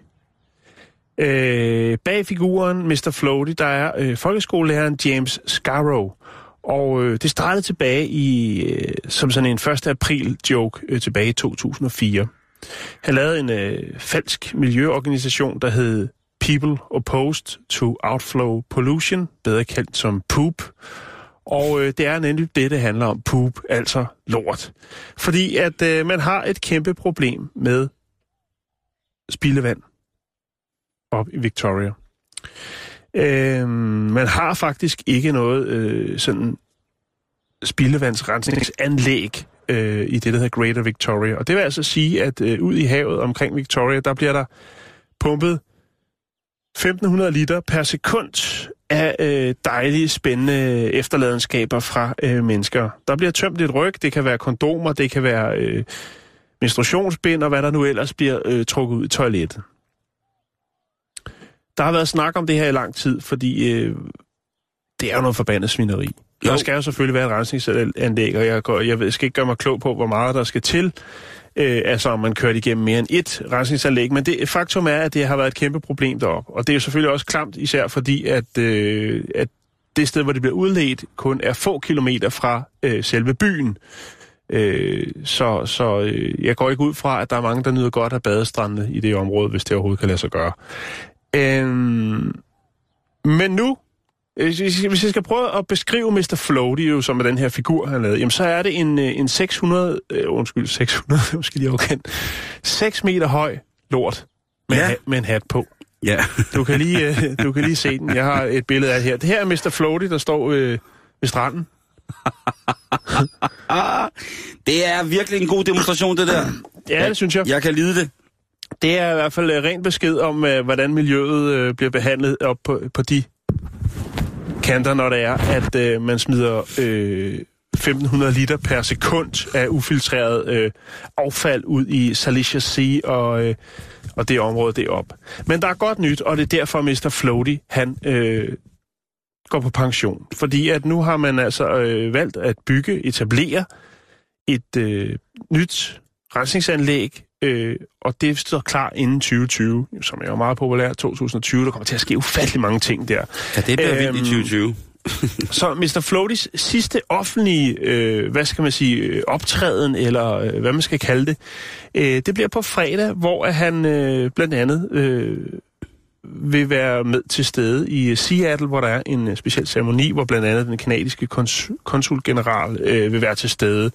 Øh, bag figuren mister Floaty, der er øh, folkeskolelæreren James Scarrow. Og øh, det startede tilbage i øh, som sådan en første april joke øh, tilbage i to tusind og fire. Han lavede en øh, falsk miljøorganisation, der hed People Opposed to Outflow Pollution, bedre kendt som Poop. Og øh, det er nemlig det, det handler om, poop, altså lort. Fordi at øh, man har et kæmpe problem med spildevand op i Victoria. Øh, man har faktisk ikke noget øh, sådan spildevandsrensningsanlæg øh, i det, der hedder Greater Victoria. Og det vil altså sige, at øh, ud i havet omkring Victoria, der bliver der pumpet femten hundrede liter per sekund af øh, dejlige, spændende efterladenskaber fra øh, mennesker. Der bliver tømt et ryg, det kan være kondomer, det kan være øh, menstruationsbind og hvad der nu ellers bliver øh, trukket ud i toilettet. Der har været snak om det her i lang tid, fordi øh, det er jo noget forbandet svineri. Der skal jo selvfølgelig være et rensningsanlæg, og jeg, går, jeg skal ikke gøre mig klog på, hvor meget der skal til. Øh, altså om man kører igennem mere end et rensningsanlæg. Men det faktum er, at det har været et kæmpe problem deroppe. Og det er jo selvfølgelig også klamt, især fordi, at, øh, at det sted, hvor det bliver udledt, kun er få kilometer fra øh, selve byen. Øh, så så øh, jeg går ikke ud fra, at der er mange, der nyder godt af badestrandene i det område, hvis det overhovedet kan lade sig gøre. Øh, men nu, hvis jeg skal prøve at beskrive mister Floaty, jo, som er den her figur, han lavede, jamen så er det en, en seks hundrede, øh, undskyld, seks hundrede, måske lige overkendt, seks meter høj lort med, ja. ha, med en hat på. Ja. du, kan lige, øh, du kan lige se den. Jeg har et billede af det her. Det her er mister Floaty, der står øh, ved stranden. Det er virkelig en god demonstration, det der. Ja, det synes jeg. Jeg kan lide det. Det er i hvert fald ren besked om, øh, hvordan miljøet øh, bliver behandlet op på, på de kanter, når det er, at øh, man smider øh, femten hundrede liter per sekund af ufiltreret øh, affald ud i Salish Sea og, øh, og det område deroppe. Men der er godt nyt, og det er derfor, mister Floaty, han øh, går på pension. Fordi at nu har man altså øh, valgt at bygge, etablere et øh, nyt rensningsanlæg, øh, og det står klar inden tyve tyve, som er jo meget populært, to tusind og tyve. Der kommer til at ske ufattelig mange ting der. Ja, det bliver øhm, vildt i tyve tyve. Så mister Floatys sidste offentlige, øh, hvad skal man sige, optræden, eller øh, hvad man skal kalde det, øh, det bliver på fredag, hvor han øh, blandt andet øh, vil være med til stede i Seattle, hvor der er en speciel ceremoni, hvor blandt andet den kanadiske kons- konsulgeneral øh, vil være til stede.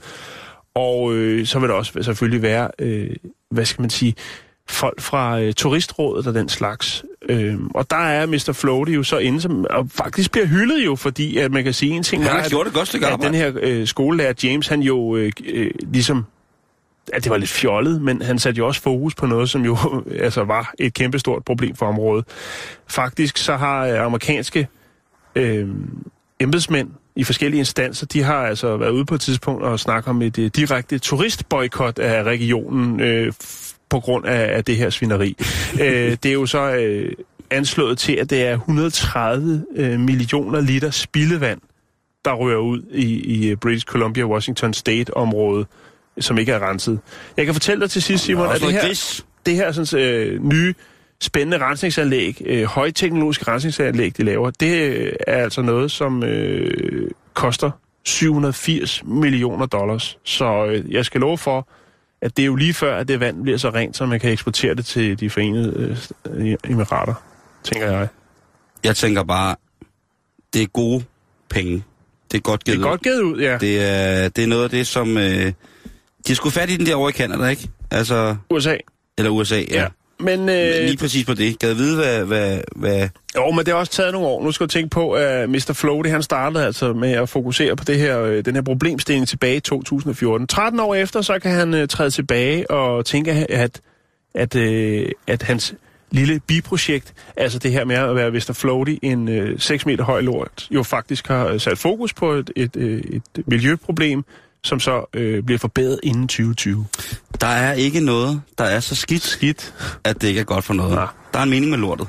Og øh, så vil der også selvfølgelig være, øh, hvad skal man sige, folk fra øh, turistrådet og den slags. Øh, og der er mister Floaty jo så inde, som og faktisk bliver hyldet jo, fordi at man kan sige en ting, han har at, gjort et godt stykke at arbejde. den her øh, skolelærer James, han jo øh, øh, ligesom, at det var lidt fjollet, men han satte jo også fokus på noget, som jo altså var et kæmpestort problem for området. Faktisk så har øh, amerikanske øh, embedsmænd i forskellige instanser, de har altså været ude på et tidspunkt og snakket om et uh, direkte turistboykot af regionen øh, på grund af, af det her svineri. øh, det er jo så øh, anslået til, at det er et hundrede og tredive øh, millioner liter spildevand, der rører ud i, i British Columbia, Washington State-området, som ikke er renset. Jeg kan fortælle dig til sidst, Simon, at det her, det her sådan, øh, nye spændende rensningsanlæg, øh, højteknologiske rensningsanlæg, de laver, det øh, er altså noget, som øh, koster syv hundrede og firs millioner dollars. Så øh, jeg skal love for, at det er jo lige før, at det vand bliver så rent, så man kan eksportere det til de forenede øh, emirater, tænker jeg. Jeg tænker bare, det er gode penge. Det er godt givet ud. Det er godt givet ud, ja. Det er, det er noget af det, som... Øh, de skulle fat i den der over i Canada, ikke? Altså... U S A. Eller U S A, ja. ja. Men, øh, lige præcis på det. Kan jeg vide, hvad, hvad, hvad... Jo, men det har også taget nogle år. Nu skal du tænke på, at mister Floaty, han startede altså med at fokusere på det her, den her problemstilling tilbage i to tusind og fjorten. tretten år efter, så kan han uh, træde tilbage og tænke, at, at, uh, at hans lille biprojekt, altså det her med at være mister Floaty, en uh, seks meter høj lort, jo faktisk har sat fokus på et, et, et, et miljøproblem, som så øh, bliver forbedret inden tyve tyve. Der er ikke noget, der er så skidt, skidt. at det ikke er godt for noget. Ja. Der er en mening med lortet.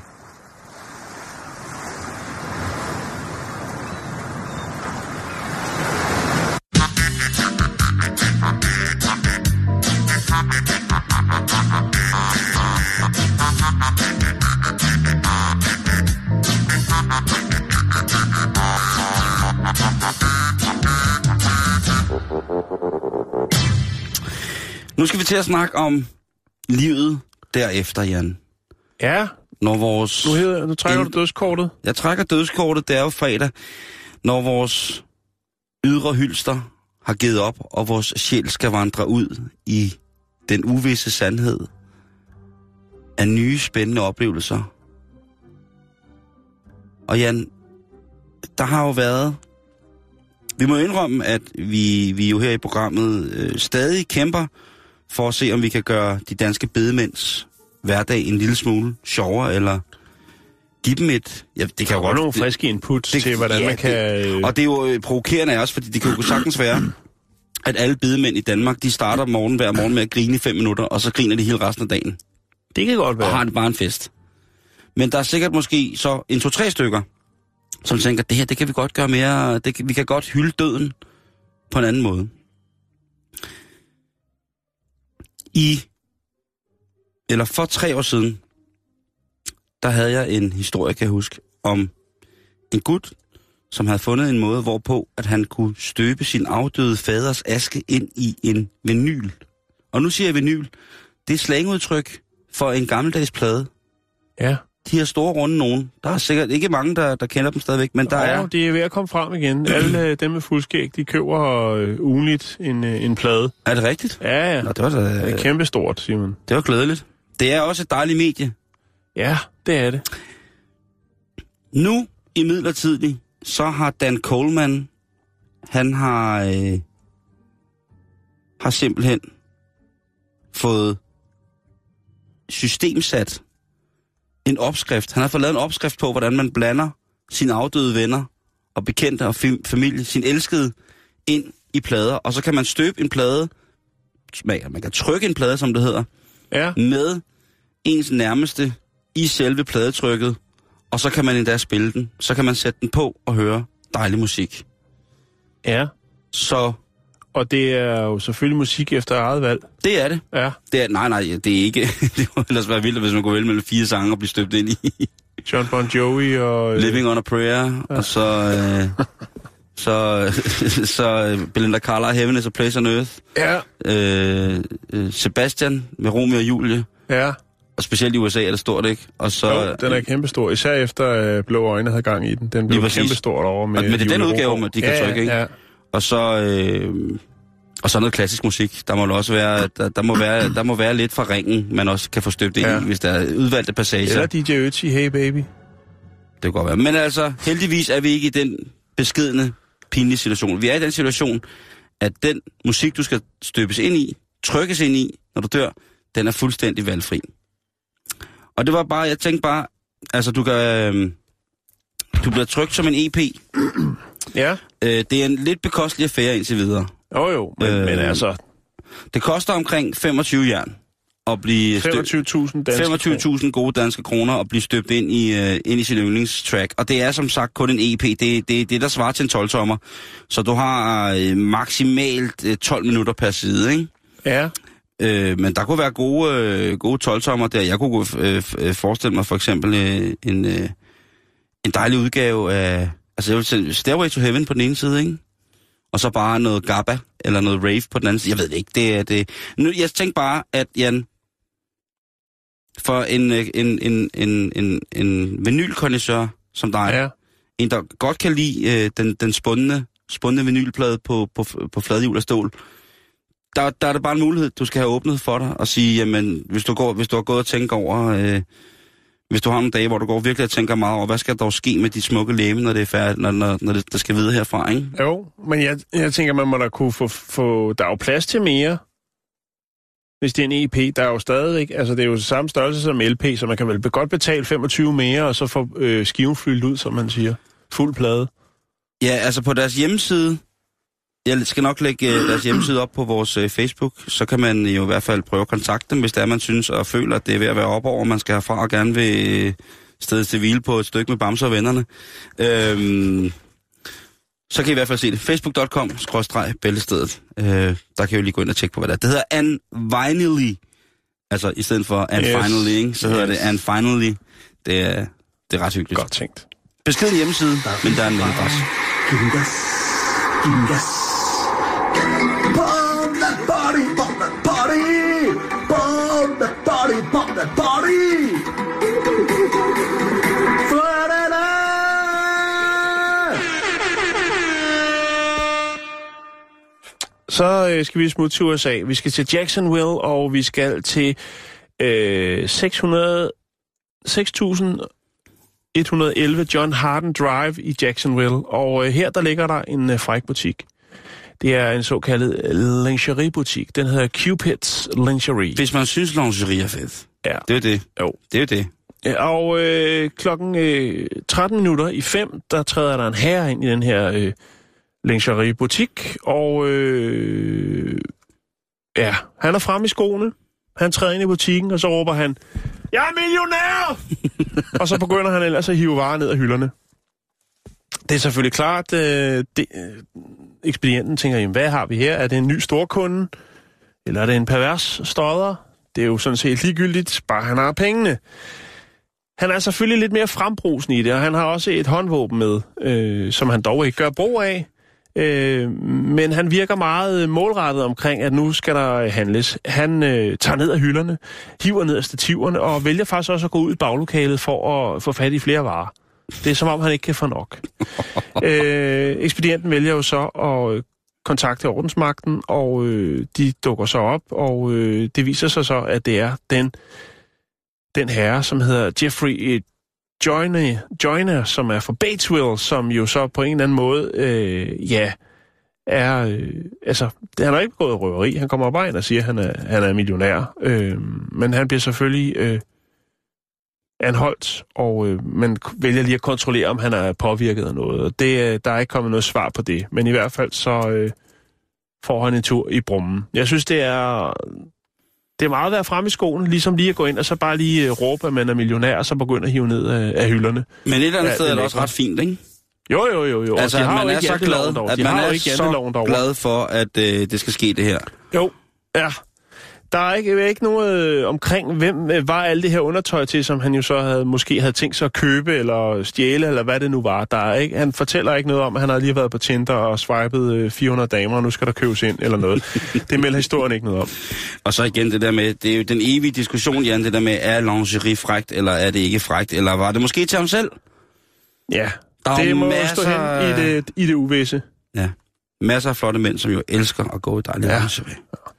Nu skal vi til at snakke om livet derefter, Jan. Ja. Når vores... Nu, hedder, nu trækker en... du dødskortet. Jeg trækker dødskortet, det er jo fredag. Når vores ydre hylster har givet op, og vores sjæl skal vandre ud i den uvisse sandhed af nye, spændende oplevelser. Og Jan, der har jo været... Vi må indrømme, at vi, vi jo her i programmet øh, stadig kæmper for at se, om vi kan gøre de danske bedemænds hverdag en lille smule sjovere, eller give dem et... Ja, det kan jo godt... nogle friske input det, til, hvordan ja, man kan... Det, og det er jo provokerende af os, fordi det kan jo sagtens være, at alle bedemænd i Danmark, de starter morgen hver morgen med at grine i fem minutter, og så griner de hele resten af dagen. Det kan godt være. Og har det bare en fest. Men der er sikkert måske så en to-tre stykker, som tænker, det her, det kan vi godt gøre mere... Det, vi kan godt hylde døden på en anden måde. I... Eller for tre år siden, der havde jeg en historie, kan jeg huske, om en gut, som havde fundet en måde, hvorpå at han kunne støbe sin afdøde faders aske ind i en vinyl. Og nu siger jeg vinyl. Det er slangudtryk for en gammeldags plade. Ja. De her store runde nogen. Der er sikkert ikke mange, der, der kender dem stadigvæk, men der oh, er... de er ved at komme frem igen. Alle dem med fuldskæg, de køber øh, ugenligt en, øh, en plade. Er det rigtigt? Ja, ja. Nå, det var da... Det er kæmpestort, Simon. Det var glædeligt. Det er også et dejligt medie. Ja, det er det. Nu, imidlertid, så har Dan Coleman, han har, øh, har simpelthen fået systemsat en opskrift. Han har fået lavet en opskrift på, hvordan man blander sine afdøde venner og bekendte og familie, sin elskede, ind i plader. Og så kan man støbe en plade, man kan trykke en plade, som det hedder, ja. med ens nærmeste i selve pladetrykket, og så kan man endda spille den. Så kan man sætte den på og høre dejlig musik. Ja. Så... Og det er jo selvfølgelig musik efter eget valg. Det er det. Ja. Det er, nej, nej, det er ikke... Det ville ellers være vildt, hvis man kunne vælge mellem fire sange og blive støbt ind i... John Bon Jovi og... Living on a Prayer, ja. Og så... Øh, så... så Belinda Carlisle, Heaven is a Place on Earth. Ja. Øh, Sebastian med Romeo og Julie. Ja. Og specielt i U S A er det stort, ikke? Og så, jo, den er kæmpestor. Især efter øh, Blå Øjne havde gang i den. Den blev kæmpestor over med... Men det er den udgave, de kan ja, trykke, ikke? Ja. Og så... Øh, og så noget klassisk musik. Der må også være, der, der, må være, der må være lidt fra ringen, man også kan få støbt ind ja. i, hvis der er udvalgte passager. Eller D J Ötzi, Hey Baby. Det kan godt være. Men altså, heldigvis er vi ikke i den beskedne, pinlige situation. Vi er i den situation, at den musik, du skal støbes ind i, trykkes ind i, når du dør, den er fuldstændig valgfri. Og det var bare, jeg tænkte bare, altså du kan, øh, du bliver trykt som en E P. Ja. Øh, det er en lidt bekostelig affære indtil videre. Jo jo, men, øh, men altså... Det koster omkring femogtyve jern at blive... femogtyve tusind danske femogtyve tusind gode danske kroner at blive støbt ind i, uh, ind i sin yndlingstrack. Og det er som sagt kun en E P. Det er det, det, der svarer til en tolv-tommer. Så du har uh, maksimalt uh, tolv minutter per side, ikke? Ja. Uh, men der kunne være gode, uh, gode tolv-tommer der. Jeg kunne uh, forestille mig for eksempel uh, en, uh, en dejlig udgave af... Altså jeg vil sige Stairway to Heaven på den ene side, ikke? og så bare noget gabba, eller noget rave på den anden side. Jeg ved det ikke, det er det. Nu, jeg tænker bare, at Jan, for en, en, en, en, en, en vinylkondisseur som dig, ja. En, der godt kan lide øh, den, den spundne, spundne vinylplade på, på, på fladhjul og stål, der, der er det bare en mulighed, du skal have åbnet for dig, og sige, jamen, hvis du, går, hvis du har gået og tænkt over, øh, hvis du har nogle dage, hvor du går virkelig og tænker meget over, hvad skal der ske med de smukke læme, når det er færdigt, når, når, når det der skal videre herfra, ikke? Jo, men jeg, jeg tænker, man må da kunne få, få, der er jo plads til mere, hvis det er en E P. Der er jo stadig, altså det er jo samme størrelse som L P, så man kan vel godt betale femogtyve mere, og så få øh, skiven fyldt ud, som man siger. Fuld plade. Ja, altså på deres hjemmeside, jeg skal nok lægge øh, deres hjemmeside op på vores øh, Facebook, så kan man jo i hvert fald prøve at kontakte dem, hvis det er, man synes og føler, at det er ved at være op over, man skal herfra og gerne vil øh, stedet til hvile på et stykke med Bamse og vennerne. Øhm, så kan I i hvert fald se det. Facebook punktum com skråstreg bæltestedet. Øh, der kan I jo lige gå ind og tjekke på, hvad det er. Det hedder And Finally. Altså i stedet for And yes. Finally, ikke? Så yes. hedder det And Finally. Det er, det er ret hyggeligt. Godt tænkt. Beskeden hjemmeside, men der er en mailadress. Giv den gas. Giv den gas. Bomb that body, bomb that body. Bomb that body, bomb that body. Så øh, skal vi smutte til U S A. Vi skal til Jacksonville, og vi skal til øh, seks tusind et hundrede og elleve John Harden Drive i Jacksonville. Og øh, her der ligger der en øh, fræk butik. Det er en såkaldet lingeriebutik. Den hedder Cupid's Lingerie. Hvis man synes, lingerie er fedt. Ja. Det er det. Jo. Det er det. Ja, og øh, klokken øh, tretten minutter i fem, der træder der en herre ind i den her øh, lingeriebutik. Og øh, ja, han er fremme i skoene. Han træder ind i butikken, og så råber han, jeg er millionær! Og så begynder han ellers at hive varer ned af hylderne. Det er selvfølgelig klart, øh, det, øh, ekspedienten tænker, jamen, hvad har vi her? Er det en ny storkunde? Eller er det en pervers stodder? Det er jo sådan set ligegyldigt, bare han har pengene. Han er selvfølgelig lidt mere frembrusende i det, og han har også et håndvåben med, øh, som han dog ikke gør brug af. Øh, men han virker meget målrettet omkring, at nu skal der handles. Han øh, tager ned af hylderne, hiver ned af stativerne, og vælger faktisk også at gå ud i baglokalet for at få fat i flere varer. Det er som om, han ikke kan få nok. øh, ekspedienten vælger jo så at kontakte ordensmagten, og øh, de dukker så op, og øh, det viser sig så, at det er den, den herre, som hedder Jeffrey Joyner, Joyner, som er fra Batesville, som jo så på en eller anden måde, øh, ja, er, øh, altså, han har ikke gået røveri, han kommer bare ind og siger, at han er, han er millionær, øh, men han bliver selvfølgelig øh, anholdt, og øh, man vælger lige at kontrollere, om han er påvirket af noget, og det, der er ikke kommet noget svar på det, men i hvert fald så øh, får han en tur i brummen. Jeg synes, det er... Det er meget at være fremme i skoen, ligesom lige at gå ind og så bare lige uh, råbe, at man er millionær, og så begynde at hive ned af, af hylderne. Men et eller andet ja, sted er det også ret fint, ikke? Jo, jo, jo. jo. Altså, de har man jo er så glad, at de man har er ikke så glad for, at øh, det skal ske det her. Jo, ja. Der er ikke, ikke noget øh, omkring, hvem øh, var alt det her undertøj til, som han jo så havde, måske havde tænkt sig at købe, eller stjæle, eller hvad det nu var. Der er ikke, han fortæller ikke noget om, at han har lige været på Tinder og swipet øh, fire hundrede damer, og nu skal der købes ind, eller noget. Det melder historien ikke noget om. Og så igen det der med, det er jo den evige diskussion, Jan, det der med, er lingerie frækt, eller er det ikke frækt, eller var det måske til ham selv? Ja, der det må masser... stå hen i det, i det uvisse. Ja, masser af flotte mænd, som jo elsker at gå i dejlige ja. lingerie.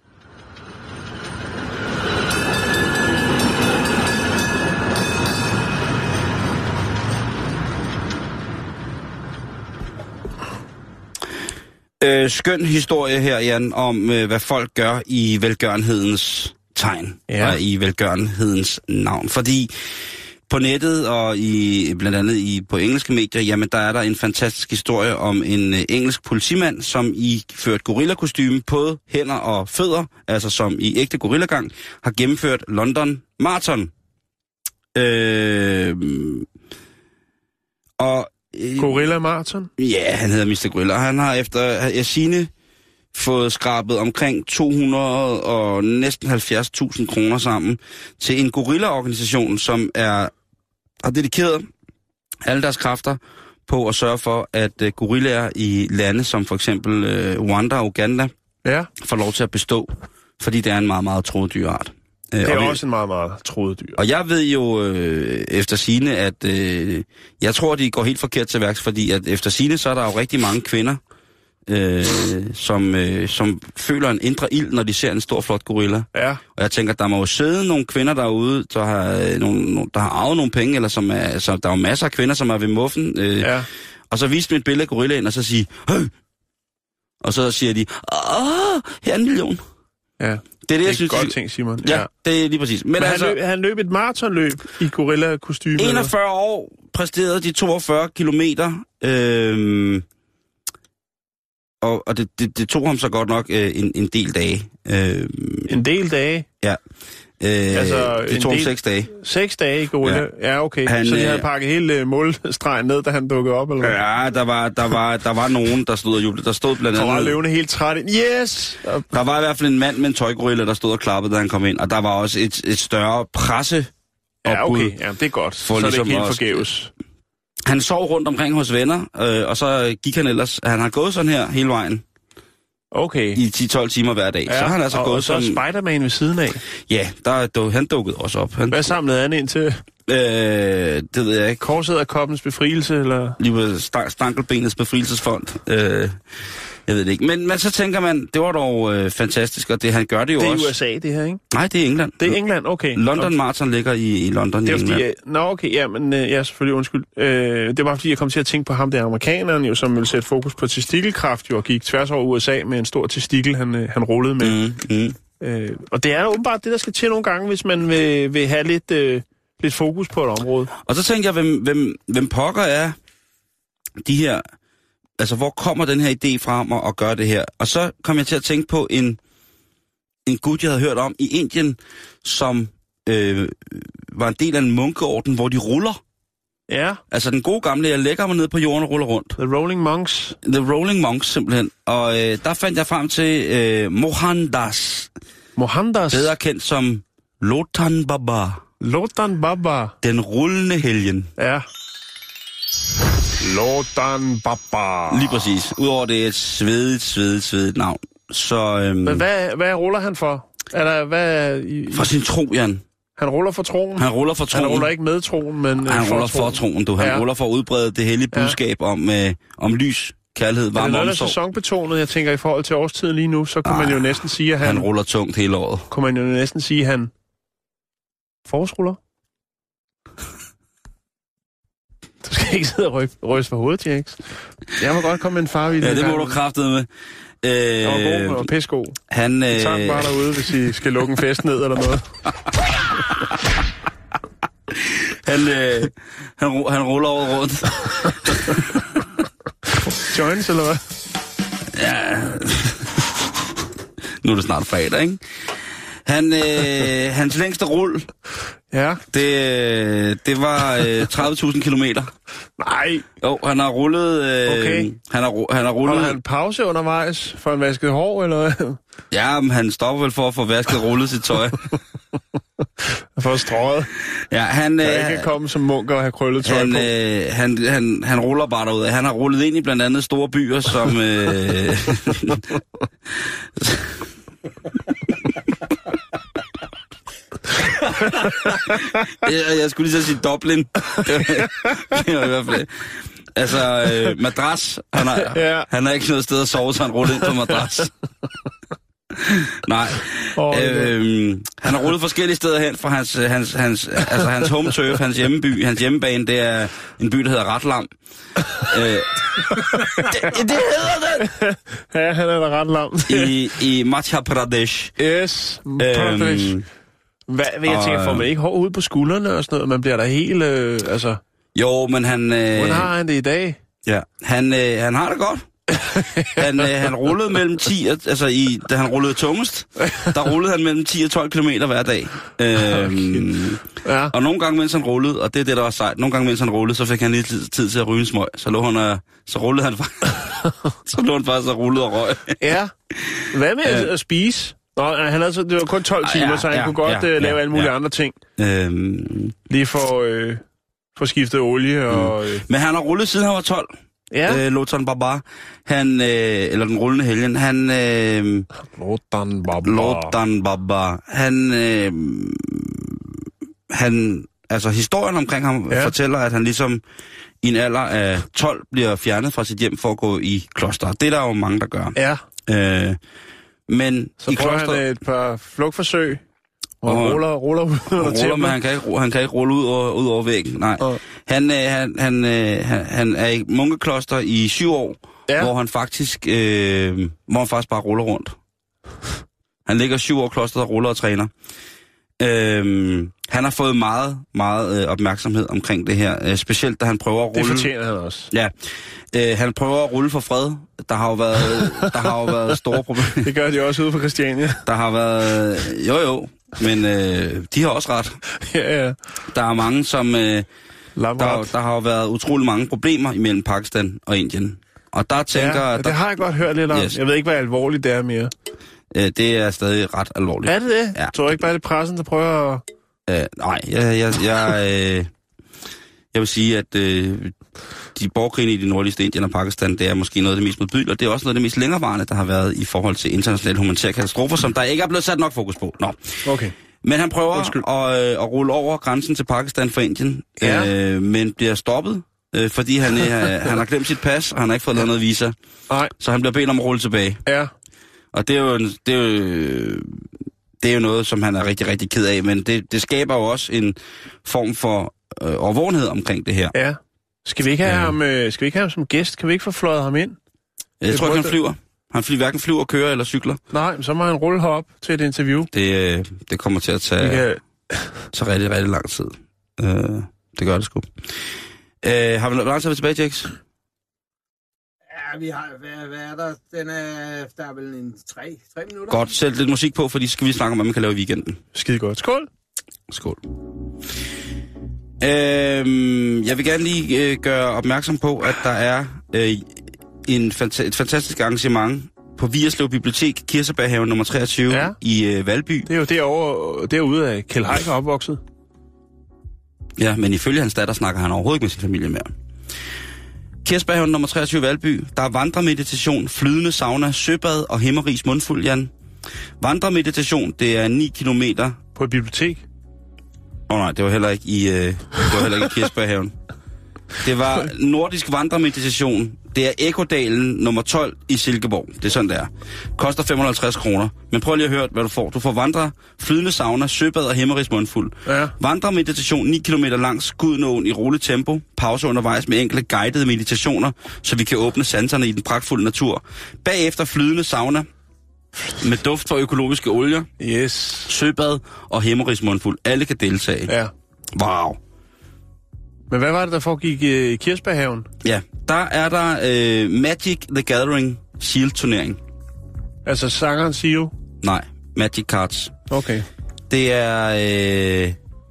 Øh, skøn historie her, Jan, om øh, hvad folk gør i velgørenhedens tegn, ja. Og i velgørenhedens navn. Fordi på nettet og i blandt andet i, på engelske medier, jamen der er der en fantastisk historie om en øh, engelsk politimand, som i ført gorillakostyme på hænder og fødder, altså som i ægte gorillagang, har gennemført London Marathon. Øh, og Gorilla Marathon? Ja, han hedder mister Gorilla. Han har efter sine fået skrabet omkring to hundrede og næsten halvfjerds tusind kroner sammen til en gorilla-organisation, som er har dedikeret alle deres kræfter på at sørge for, at uh, gorillaer i lande som for eksempel uh, Rwanda og Uganda Ja. får lov til at bestå, fordi det er en meget, meget truet dyreart. Uh, Det er og vi, også en meget, meget truet dyr. Og jeg ved jo øh, efter sigende, at øh, jeg tror, de går helt forkert til værks, fordi at efter sigende, så er der jo rigtig mange kvinder, øh, som, øh, som føler en indre ild, når de ser en stor, flot gorilla. Ja. Og jeg tænker, der må jo sidde nogle kvinder derude, der har, øh, nogle, der har arvet nogle penge, eller som er, så der er jo masser af kvinder, som er ved muffen. Øh, Ja. Og så viste dem et billede af gorillaen, og så sige, høj! Og så siger de, åh, her er en million. Ja. Det er det, Det er jeg synes, godt de- ting, Simon. Ja, det er lige præcis. Men, Men altså, han, løb, han løb et maratonløb i gorilla-kostyme. enogfyrre år præsterede de toogfyrre kilometer, øhm, og, og det, det, det tog ham så godt nok øh, en, en del dage. Øhm, En del dage. ja, øh, Altså, det en tog ham del- seks dage. Seks dage i gorilla. Ja. Ja, ja okay. Han, Han, så de øh, havde pakket hele uh, målstregen ned, da han dukkede op, eller hvad? Ja, der var, der var, der var nogen, der stod og jublede. Der stod blandt Så var andet... løvende helt træt. Yes! Og Der var i hvert fald en mand med en tøjgorilla, der stod og klappede, da han kom ind. Og der var også et, et større presse. ja, okay. Ja, det er godt. For Så er det ligesom ikke helt også- forgæves. Han sov rundt omkring hos venner, øh, og så gik han ellers... Han har gået sådan her hele vejen Okay. i ti til tolv timer hver dag. Ja, så har han altså og, gået og så er sådan... Spider-Man ved siden af. Ja, der, der, han dukkede også op. Han, Hvad samlede han ind til? øh, det ved jeg ikke. Korset af koppens befrielse, eller? Lige på sta- Stankelbenets befrielsesfond. Øh, jeg ved det ikke. Men, men så tænker man, det var dog øh, fantastisk, og det han gør det jo Det er også. U S A, det her, ikke? Nej, det er England. Det er England, okay. London Okay. Marathon ligger i, i London Det i er fordi, England. jeg, nå okay, ja, men øh, ja, selvfølgelig undskyld. Øh, det var fordi, jeg kom til at tænke på ham, der amerikaneren jo, som ville sætte fokus på testikelkraft, jo, og gik tværs over U S A med en stor testikel, han, øh, han rullede med. Mm, mm. Øh, og det er jo åbenbart det, der skal til nogle gange, hvis man vil, vil have lidt, øh, lidt fokus på et område. Og så tænker jeg, hvem, hvem, hvem pokker er de her... Altså, hvor kommer den her idé fra om at, at gøre det her? Og så kom jeg til at tænke på en, en gut, jeg havde hørt om i Indien, som øh, var en del af en munkeorden, hvor de ruller. Ja, Altså den gode gamle, jeg lægger mig ned på jorden og ruller rundt. The Rolling Monks. The Rolling Monks, simpelthen. Og øh, der fandt jeg frem til øh, Mohandas, Mohandas. bedre kendt som Lotan Baba, Lotan Baba. den rullende helgen. Ja. Lotan Baba. Lige præcis. Udover det er et svedigt, svedigt, svedigt navn. Så øhm, Men hvad, hvad ruller han for? Er der, hvad, i, for sin tro, Jan. han ruller for troen? Han ruller for troen. Han ruller ikke med troen, men... øh, Han for ruller for troen, du. Han Ja. ruller for at udbrede det hellige Ja. budskab om, øh, om lys, kærlighed, Er det varme noget, der er omsorg. sæsonbetonet? Jeg tænker, i forhold til årstiden lige nu, så kunne man jo næsten sige, at han... Han ruller tungt hele året. Kunne man jo næsten sige, at han... Forårsruller? Du skal ikke sidde og rykke, ryste for hovedet, Jax. Jeg må godt komme med en farvild. Ja, det må du kraftede med. Øh, Jeg var god, jeg var pissegod. han, øh, Øh... Tak bare derude, hvis I skal lukke en fest ned eller noget. han, øh, han, ru- han ruller over rundt. Joints, eller hvad? Ja. Nu er det snart fredag, ikke? Han, øh, hans længste rull, Ja. det, det var øh, tredive tusind kilometer. Nej. Jo, han har rullet... Øh, Okay. Han har, ru- han har rullet... Holder han pause undervejs for en vasket hår, eller hvad? Ja, men han stopper vel for at få vasket og rullet sit tøj. For strøget. Ja, han... Jeg Øh, ikke komme som munk og have krøllet tøj han, på. øh, han, han, han ruller bare derud. Han har rullet ind i blandt andet store byer, som... Øh, jeg, jeg skulle lige så sige Dublin. Det var i hvert fald... Altså, øh, madras. Han har, Ja. han har ikke noget sted at sove, så han ruller ind på madras. Nej. Åh, Oh, øhm, han har rullet forskellige steder hen fra hans, hans, hans, altså hans home turf, hans hjemmeby, hans hjemmebane, det er en by, der hedder Ratlam. øh, det, det hedder det! Ja, han er da ret lam. I, i Madhya Pradesh. Yes. Pradesh. Øhm, Hvad, hvad jeg og, tænker, får man ikke hår ud på skuldrene og sådan noget? Man bliver da helt, øh, altså... jo, men han... Øh, Hvordan har han det i dag? Ja, han, øh, han har det godt. han, øh, han rullede mellem ti, og, altså i, da han rullede tungest, der rullede han mellem ti og tolv kilometer hver dag. Øhm, Ja. og nogle gange, mens han rullede, og det er det, der var sejt, nogle gange, mens han rullede, så fik han lige tid, tid til at ryge en smøg. Så lå han, og, så rullede han så lå han faktisk og rullede og røg. Ja. Hvad med at, Øh. at spise? Nå, han havde så, det var kun tolv Ah, timer, ja, så han ja, kunne godt ja, øh, lave ja, alle mulige ja. andre ting. Øhm, Lige for, øh, få skiftet olie og... Mm. Men han har rullet siden han var tolv. Ja. Øh, Lothar Babar. Han, øh, eller den rullende helgen. Han... Øh, Lothar Babar. Lothar Babar. Han... Øh, han... Altså, historien omkring ham ja. fortæller, at han ligesom i en alder af tolv bliver fjernet fra sit hjem for at gå i kloster. Det er der jo mange, der gør. Ja. Øh, men så i prøver kloster... han et par flugtforsøg, og, og ruller, ruller ud under ruller, men han kan, ikke, han kan ikke rulle ud over, ud over væggen. Nej. Og... Han, øh, han, han, øh, han, han er i munkekloster i syv år, ja. hvor han faktisk øh, hvor han faktisk bare ruller rundt. Han ligger syv år i klosteret og ruller og træner. Øh, han har fået meget, meget øh, opmærksomhed omkring det her. Øh, specielt, da han prøver at rulle... Det fortjener han også. Ja. Øh, han prøver at rulle for fred. Der har jo været, der har jo været store problemer. Det gør de også ude på Christiania. Der har været... Jo, jo. Men øh, de har også ret. Ja, ja. Der er mange, som... Øh, der, der har jo været utrolig mange problemer imellem Pakistan og Indien. Og der tænker... Ja, der, det har jeg godt hørt lidt om. Yes. Jeg ved ikke, hvor alvorligt det er mere. Øh, det er stadig ret alvorligt. Er det det? Ja. Tror du ikke bare, det er pressen, der prøver at... Øh, nej, jeg, jeg, jeg, øh, jeg vil sige, at øh, de borgerkrige i det nordligste Indien og Pakistan, det er måske noget af det mest modbydelige, og det er også noget af det mest længerevarende, der har været i forhold til internationale humanitære katastrofer, som der ikke er blevet sat nok fokus på. Nå. Okay. Men han prøver at, øh, at rulle over grænsen til Pakistan fra Indien, ja. øh, men bliver stoppet, øh, fordi han, øh, han har glemt sit pas, og han har ikke fået lavet noget visa. Nej. Så han bliver bedt om at rulle tilbage. Ja. Og det er jo... Det er jo Det er jo noget, som han er rigtig, rigtig ked af, men det, det skaber jo også en form for øh, overvågenhed omkring det her. Ja. Skal vi ikke have, øh. ham, øh, skal vi ikke have ham som gæst? Kan vi ikke få fløjet ham ind? Jeg det tror ikke, han flyver. Han flyver hverken flyver, kører eller cykler. Nej, men så må han rulle herop til et interview. Det, øh, det kommer til at tage, kan... tage rigtig, rigtig lang tid. Øh, det gør det sgu. Øh, har vi noget tid tilbage, Jax? Ja, vi har... Hvad, hvad er der? Den er... Der er vel en tre, tre minutter? Godt, sæt lidt musik på, fordi så skal vi snakke om, hvad man kan lave i weekenden. Skide godt. Skål! Skål. Øhm, jeg vil gerne lige øh, gøre opmærksom på, at der er øh, en fanta- et fantastisk arrangement på Vigerslev Bibliotek, Kirsebærhaven nummer treogtyve ja. i øh, Valby. Det er jo derovre, derude af Kjeld Heick er opvokset. Ja, men ifølge hans datter snakker han overhovedet ikke med sin familie mere. Kirsebærhaven nummer treogtyve Valby. Der er vandremeditation, flydende sauna, søbad og himmeris mundfuld, Jan. Vandremeditation, det er ni kilometer. På et bibliotek? Åh oh, nej, det var heller ikke i, øh, det var heller ikke i Kirsebærhaven. Det var nordisk vandremeditation. Det er Ekodalen nummer tolv i Silkeborg. Det er sådan, det er. Koster fem hundrede og halvtreds kroner. Men prøv lige at høre, hvad du får. Du får vandre, flydende sauna, søbad og himmeris mundfuld. Ja. Vandremeditation ni kilometer langs Gudnåen i roligt tempo. Pause undervejs med enkle guidede meditationer, så vi kan åbne sanserne i den pragtfulde natur. Bagefter flydende sauna med duft for økologiske olier. Yes. Søbad og himmeris mundfuld. Alle kan deltage. Ja. Wow. Men hvad var det, der foregik i Kirsebærhaven? Ja, der er der øh, Magic the Gathering Shield-turnering. Altså sangeren Seal? Nej, Magic Cards. Okay. Det er... Øh,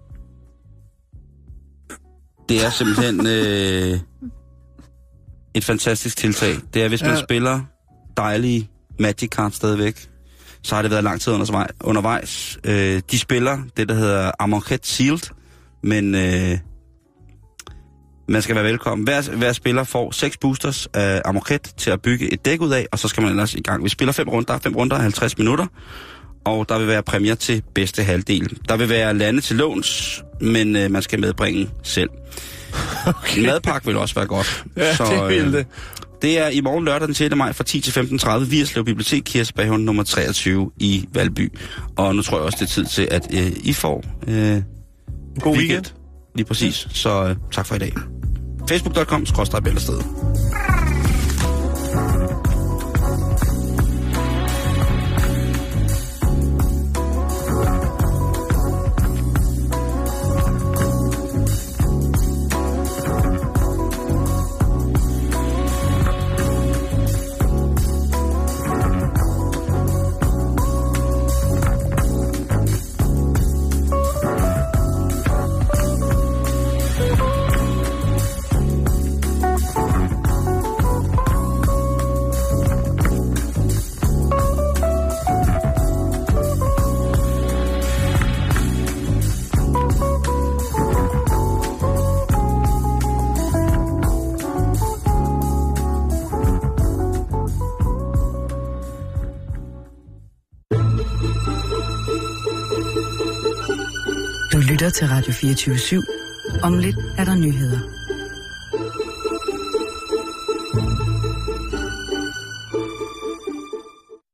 det er simpelthen øh, et fantastisk tiltag. Det er, hvis man ja. spiller dejlige Magic Cards stadigvæk, så har det været lang tid undervejs. Øh, de spiller det, der hedder Amonkhet Sealed, men... Øh, Man skal være velkommen. Hver, hver spiller får seks boosters af Amonkhet til at bygge et dæk ud af, og så skal man ellers i gang. Vi spiller fem runder, fem runder, halvtreds minutter, og der vil være præmier til bedste halvdel. Der vil være lande til låns, men øh, man skal medbringe selv. Okay. En madpakke vil også være godt. Ja, så, det vil det. Øh, det er i morgen lørdag den sjette maj fra ti til femten tredive, Vigerslev Bibliotek, Kirsebærhaven nummer treogtyve i Valby. Og nu tror jeg også, det er tid til, at øh, I får... Øh, God weekend. weekend. Lige præcis. Så øh, tak for i dag. facebook punktum com skråstreg bæltestedet. Du lytter til Radio fireogtyve syv. Om lidt er der nyheder.